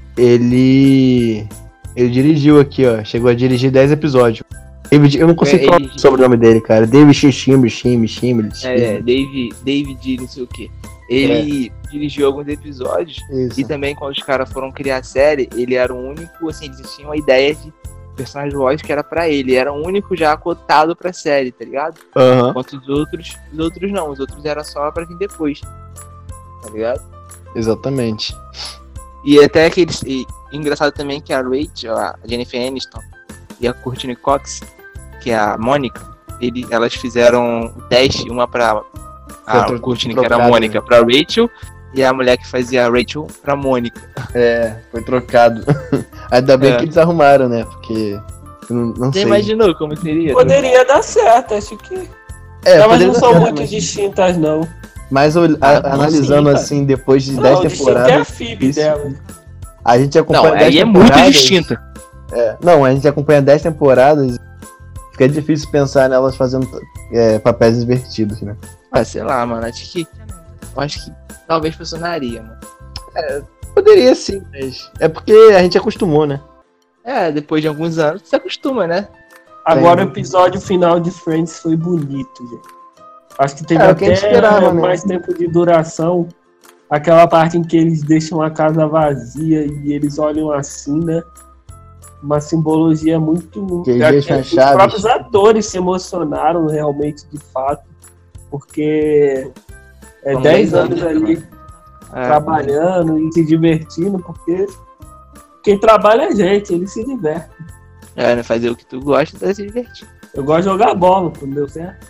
ele dirigiu aqui, ó. Chegou a dirigir 10 episódios. David, eu não consigo falar sobre o nome dele, cara. David Schimmer. David não sei o que. Ele dirigiu alguns episódios. Isso. E também quando os caras foram criar a série, ele era o único, assim, eles tinham a ideia de personagem voz que era pra ele. Era o único já cotado pra série, tá ligado? Uhum. Enquanto os outros não. Os outros era só pra vir depois. Tá ligado? Exatamente. E até aqueles. E engraçado também que a Rachel, a Jennifer Aniston e a Courtney Cox, que é a Mônica, elas fizeram um teste, uma pra a Courtney, que era a Mônica, pra Rachel, e a mulher que fazia a Rachel pra Mônica. Foi trocado. Ainda bem que eles arrumaram, né? Porque não Você sei. imaginou como seria? Poderia dar certo, acho que. Elas não são muito distintas, não. Mas analisando sim, assim, depois de 10 temporadas. É a Phoebe dela. A gente acompanha 10 temporadas. Aí é muito distinta. Não, a gente acompanha 10 temporadas. Fica difícil pensar nelas fazendo papéis invertidos, né? Sei lá, mano. Acho que talvez funcionaria, mano. Poderia sim, mas é porque a gente acostumou, né? Depois de alguns anos, você acostuma, né? Agora o episódio final de Friends foi bonito, gente. Acho que teve até mais tempo de duração. Aquela parte em que eles deixam a casa vazia e eles olham assim, né? Uma simbologia muito... Os próprios atores se emocionaram realmente, de fato. Porque 10 anos ali trabalhando e se divertindo, porque quem trabalha é gente, ele se diverte. Fazer o que tu gosta é se divertir. Eu gosto de jogar bola, não deu certo?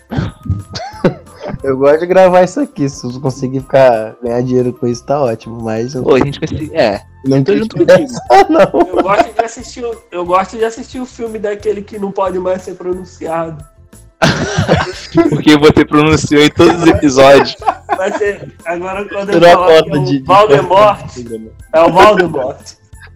Eu gosto de gravar isso aqui. Se eu conseguir ganhar dinheiro com isso, tá ótimo. Mas a gente consegue. Não tô junto contigo. Eu gosto de assistir o filme daquele que não pode mais ser pronunciado. Porque você pronunciou em todos os episódios. Vai ser. Agora quando eu falar que é o Voldemort. É o Voldemort.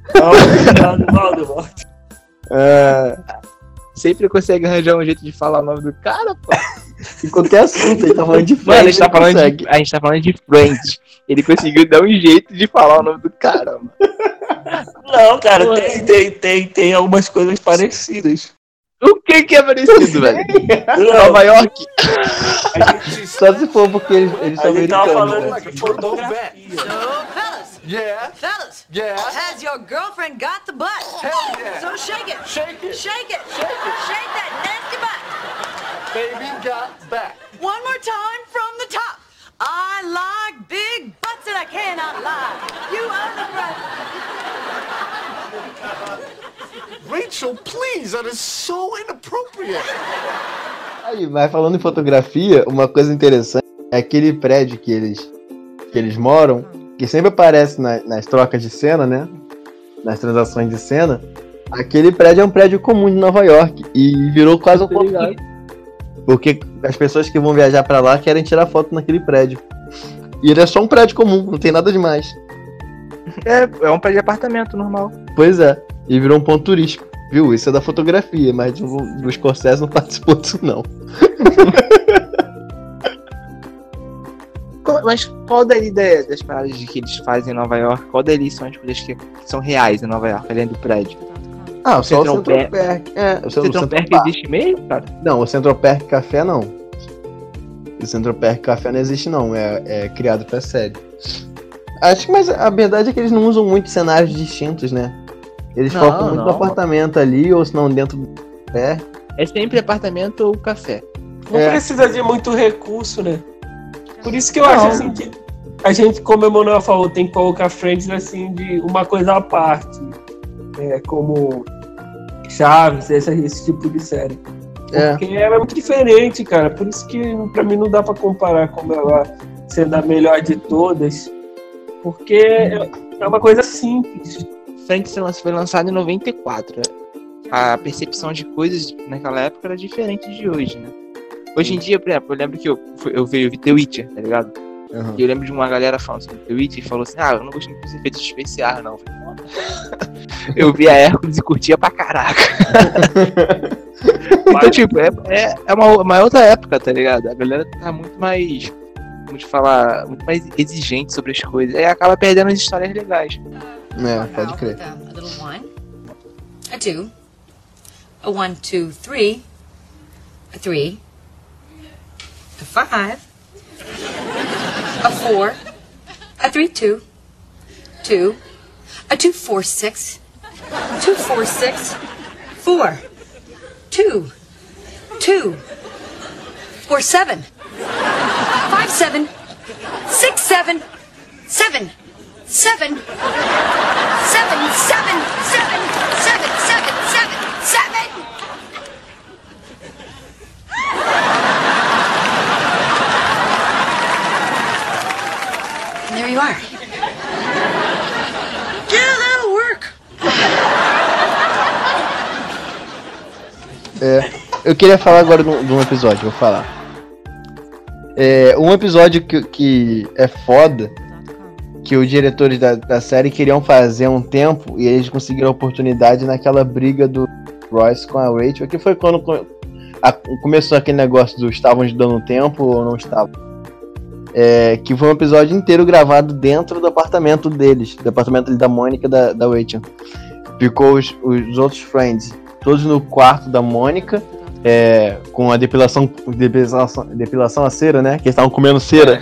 Sempre consegue arranjar um jeito de falar o nome do cara, pô. Em qualquer assunto, ele tá falando de Friends. Mano, a gente tá falando de Friends. Ele conseguiu dar um jeito de falar o nome do cara, mano. Não, cara, tem algumas coisas parecidas. O que é parecido, velho? Nova York? Só se for porque eles são americanos. Tava falando de fotografia. Fellas, has your girlfriend got the butt? Hell yeah. So shake it. Shake it. Shake it. Shake it. Shake that nasty butt. Baby got back. One more time from the top. I like big butts and I cannot lie. You are the president. Rachel, please, that is so inappropriate. Aí, mas falando em fotografia, uma coisa interessante é aquele prédio que eles moram, que sempre aparece nas trocas de cena, né? Nas transações de cena. Aquele prédio é um prédio comum de Nova York e virou quase um ponto turístico. Porque as pessoas que vão viajar pra lá querem tirar foto naquele prédio. E ele é só um prédio comum, não tem nada demais. É um prédio de apartamento normal. Pois é, e virou um ponto turístico. Viu? Isso é da fotografia, mas o Scorsese não participou disso, não. Mas qual daí das paradas que eles fazem em Nova York? Qual daí são as coisas que são reais em Nova York, além do prédio? O Central Park. O Central Park existe mesmo, cara? Não, o Central Park Café não. O Central Park Café não existe, não. É criado pra série. Acho que, mas a verdade é que eles não usam muito cenários distintos, né? Eles focam muito no apartamento ali, ou se não dentro do café. É sempre apartamento ou café. Não precisa de muito recurso, né? Por isso que eu acho assim que a gente, como o Emanuel falou, tem que colocar Friends assim de uma coisa à parte. Como Chaves, esse tipo de série. Porque ela é muito diferente, cara. Por isso que pra mim não dá pra comparar como ela sendo a melhor de todas. Porque é uma coisa simples. Friends foi lançado em 94. a percepção de coisas naquela época era diferente de hoje, né? Hoje em dia, por exemplo, eu lembro que eu vi The Witcher, tá ligado? Uhum. E eu lembro de uma galera falando sobre The Witcher e falou assim, eu não gostei dos efeitos especiais, não. Eu falei, eu vi a Hércules e curtia pra caraca. Então, tipo, é uma outra época, tá ligado? A galera tá muito mais, vamos falar, muito mais exigente sobre as coisas. Aí acaba perdendo as histórias legais. Pode crer. A little 1, a 2, a 1, 2, 3, a 3, a 5, a 4, a 3, 2, 2, a 2, 4, 6, 2, 4, 6, 4, 2, 2, 4, 7, 5, 7, 6, 7, 7, 7, 7, 7, 7, 7, 7, 7. And there you are. Yeah, that'll work. Eu queria falar agora de um episódio, vou falar. Um episódio que é foda, que os diretores da série queriam fazer há um tempo, e eles conseguiram a oportunidade naquela briga do Royce com a Rachel, que foi quando começou aquele negócio do estavam dando tempo ou não estavam. Que foi um episódio inteiro gravado dentro do apartamento deles, do apartamento da Mônica e da Rachel. Ficou os outros friends todos no quarto da Mônica, com a depilação a cera, né? Que eles estavam comendo cera.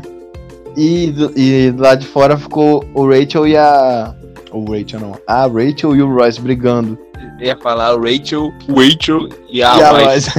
E lá de fora ficou o Rachel e a Rachel e o Royce brigando. Eu ia falar o Rachel e a Royce.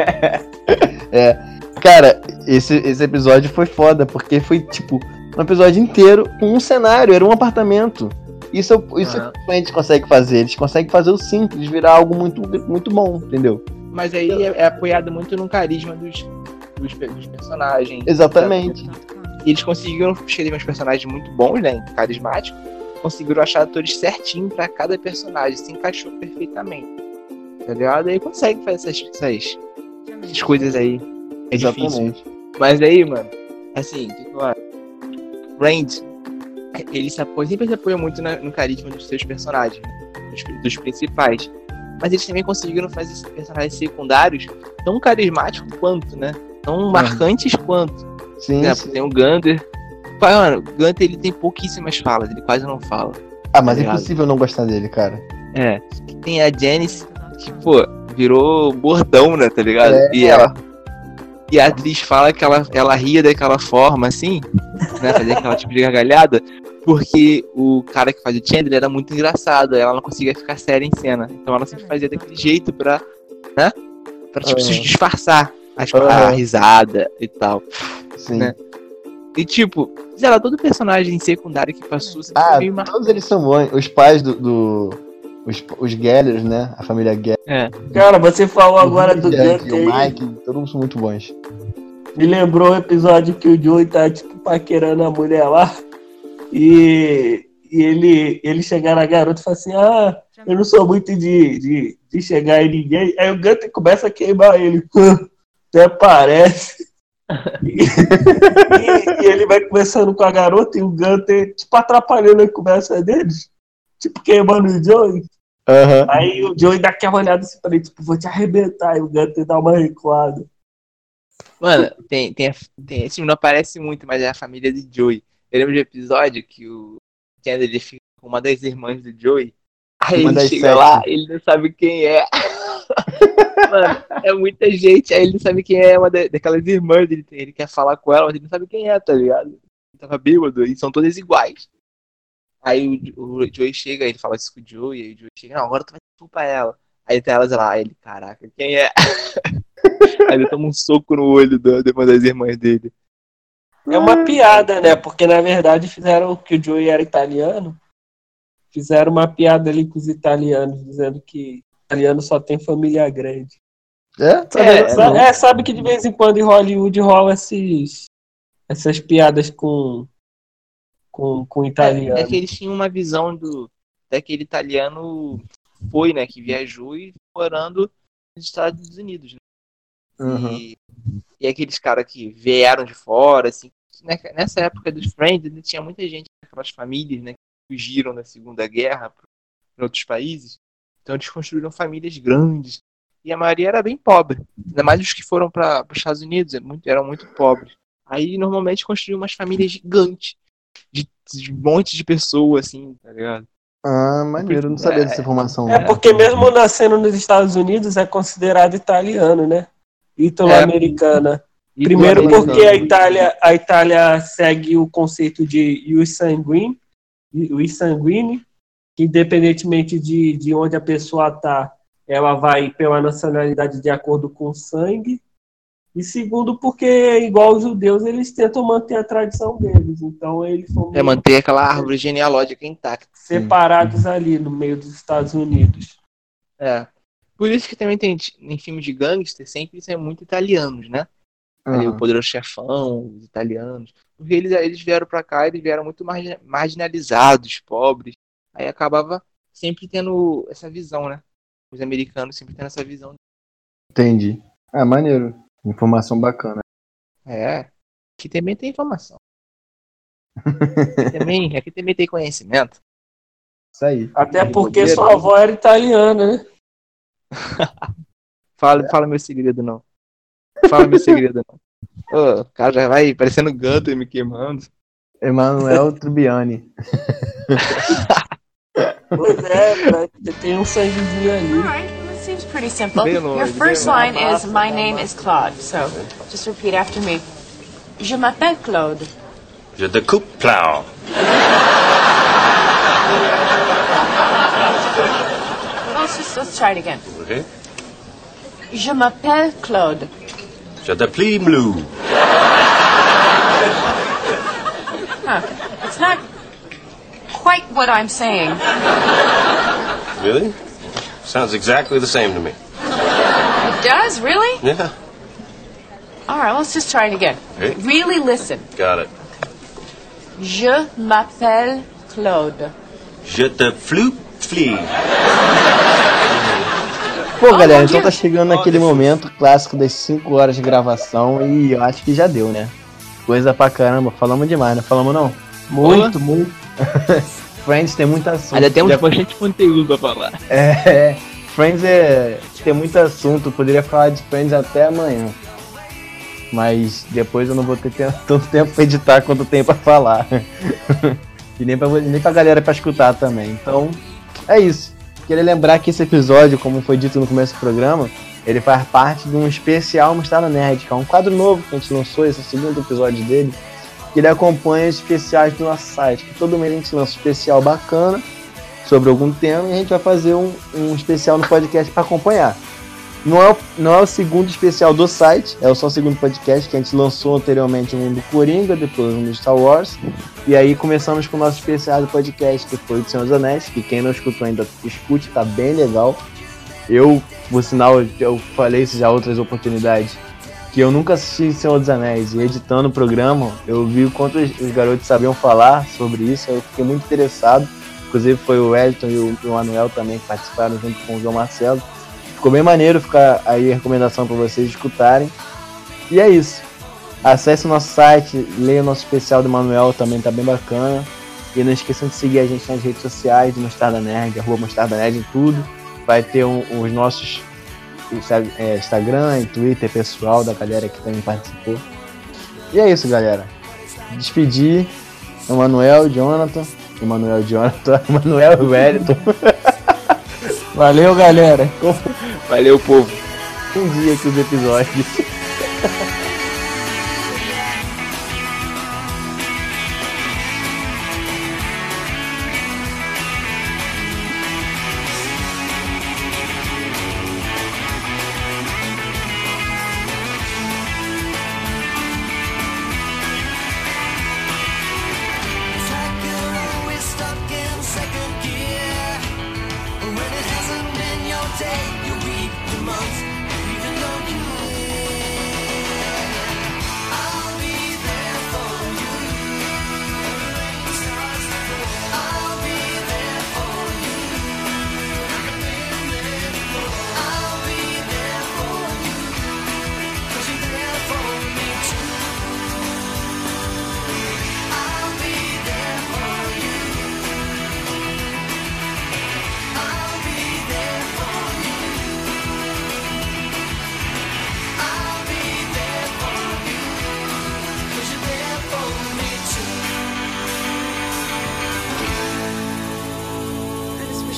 Cara, esse episódio foi foda, porque foi tipo um episódio inteiro com um cenário, era um apartamento. Isso que a gente consegue fazer. Eles conseguem fazer o simples virar algo muito, muito bom, entendeu? Mas aí é apoiado muito no carisma dos personagens. Exatamente. E eles conseguiram escrever uns personagens muito bons, né? Carismáticos. Conseguiram achar atores certinho pra cada personagem. Se encaixou perfeitamente. Tá ligado? Aí consegue fazer essas coisas aí. É difícil. Mas aí, mano, assim, Friends, ele sempre se apoia muito no carisma dos seus personagens, dos principais. Mas eles também conseguiram fazer esses personagens secundários tão carismáticos quanto, né? Tão marcantes quanto. Sim, Tem o Gunther. Mano, o Gunther, ele tem pouquíssimas falas, ele quase não fala. Mas é impossível não gostar dele, cara. Tem a Janice, que, virou bordão, né, tá ligado? E a atriz fala que ela ria daquela forma, assim, né, fazia aquela tipo de gargalhada, porque o cara que faz o Chandler era muito engraçado, ela não conseguia ficar séria em cena. Então ela sempre fazia daquele jeito pra tipo, se disfarçar a risada e tal. Sim. Né? E tipo, sei lá, todo personagem secundário que passou sempre foi meio todos eles são bons. Os pais os Gellers, né? A família Geller. Cara, você falou agora do Jack e o Mike, todos são muito bons. Me lembrou o episódio que o Joey tá, tipo, paquerando a mulher lá. E ele chegar na garota e fala assim, eu não sou muito de chegar em ninguém. Aí o Gunther começa a queimar ele. Até parece. E ele vai conversando com a garota e o Gunther, tipo, atrapalhando a conversa deles. Tipo, queimando o Joey. Aí o Joey dá aquela olhada assim pra ele, tipo, vou te arrebentar. E o Gunther dá uma recuada. Mano, esse não aparece muito, mas é a família de Joey. Eu lembro de um episódio que o Chandler ele fica com uma das irmãs do Joey. Aí ele chega lá, ele não sabe quem é. Mano, é muita gente. Aí ele não sabe quem é uma daquelas irmãs dele. Ele quer falar com ela, mas ele não sabe quem é, tá ligado? Ele tava bêbado e são todas iguais. Aí o Joey chega, ele fala isso com o Joey, aí o Joey chega, não, agora tu vai desculpar ela. Aí tá elas lá, ele, caraca, quem é? Aí ele toma um soco no olho de uma das irmãs dele. É uma piada, né? Porque na verdade fizeram que o Joey era italiano. Fizeram uma piada ali com os italianos, dizendo que italiano só tem família grande. Sabe que de vez em quando em Hollywood rola essas piadas com italiano. É que eles tinham uma visão daquele italiano foi, né, que viajou e morando nos Estados Unidos, né? Uhum. E aqueles caras que vieram de fora, assim, né, nessa época dos Friends, ainda tinha muita gente, aquelas famílias, né, que fugiram da Segunda Guerra para outros países. Então eles construíram famílias grandes. E a maioria era bem pobre. Ainda mais os que foram para os Estados Unidos, eram muito pobres. Aí normalmente construíam umas famílias gigantes. De um monte de pessoas, assim, tá ligado? Ah, maneiro, eu não sabia dessa informação. É porque mesmo nascendo nos Estados Unidos é considerado italiano, né? Ítalo-americana. Primeiro porque a Itália segue o conceito de ius sanguine, que independentemente de onde a pessoa está, ela vai pela nacionalidade de acordo com o sangue. E segundo porque, igual os judeus, eles tentam manter a tradição deles. Então eles são manter aquela árvore genealógica intacta. Separados ali no meio dos Estados Unidos. Por isso que também tem em filmes de gangster sempre são muito italianos, né? Ali o Poderoso Chefão, os italianos. Porque eles vieram pra cá, eles vieram muito marginalizados, pobres. Aí acabava sempre tendo essa visão, né? Os americanos sempre tendo essa visão. Entendi. Maneiro. Informação bacana. Aqui também tem informação. Aqui também tem conhecimento. Isso aí. Até porque sua avó era italiana, né? Fala meu segredo, não. Fala meu segredo, não. O cara já vai parecendo Gunter me queimando. Emanuel Trubiani. Pois tem um sanguezinho ali. Seems pretty simple. Your first line is, my name is Claude. So, just repeat after me. Je m'appelle Claude. Je découpe plow. Let's try it again. Okay. Je m'appelle Claude. Je déplie blue. It's not quite what I'm saying. Really? Sounds exactly the same to me. It does? Really? Yeah. All right, let's just try it again. Hey. Really listen. Got it. Je m'appelle Claude. Je te flou flee. Pô, galera, então tá chegando aquele momento clássico das 5 horas de gravação e eu acho que já deu, né? Coisa pra caramba, falamos demais, não falamos não? Muito. Friends tem muito assunto. Ainda temos bastante conteúdo pra falar. Friends tem muito assunto, poderia falar de Friends até amanhã. Mas depois eu não vou ter tanto tempo pra editar quanto tem pra falar. E nem pra galera pra escutar também. Então, é isso. Queria lembrar que esse episódio, como foi dito no começo do programa, ele faz parte de um especial Mostarda Nerd, que é um quadro novo que a gente lançou, esse é o segundo episódio dele. Que ele acompanha os especiais do nosso site, que todo mês a gente lança um especial bacana sobre algum tema e a gente vai fazer um especial no podcast para acompanhar. Não é o segundo especial do site, é só o segundo podcast que a gente lançou anteriormente, um do Coringa, depois um do Star Wars, e aí começamos com o nosso especial do podcast, que foi o do Senhor dos Anéis, que quem não escutou ainda escute, tá bem legal. Por sinal, eu falei isso já em outras oportunidades, que eu nunca assisti Senhor dos Anéis, e editando o programa, eu vi o quanto os garotos sabiam falar sobre isso, eu fiquei muito interessado. Inclusive foi o Wellington e o Manuel também que participaram junto com o João Marcelo. Ficou bem maneiro, ficar aí a recomendação para vocês escutarem. E é isso. Acesse o nosso site, leia o nosso especial do Manuel, também tá bem bacana. E não esqueçam de seguir a gente nas redes sociais do Mostarda Nerd, @Mostarda Nerd em tudo. Vai ter os nossos Instagram e Twitter pessoal da galera que também participou. E é isso, galera. Despedir o Manuel, Jonathan, Manuel e Wellington. Valeu, galera. Valeu, povo. Um dia aqui os episódios. When it hasn't been your day, your week, your month, even though you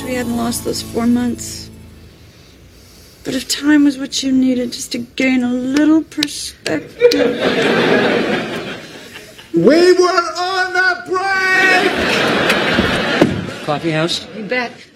wish we hadn't lost those 4 months. But if time was what you needed just to gain a little perspective. We were on the break! Coffee house? You bet.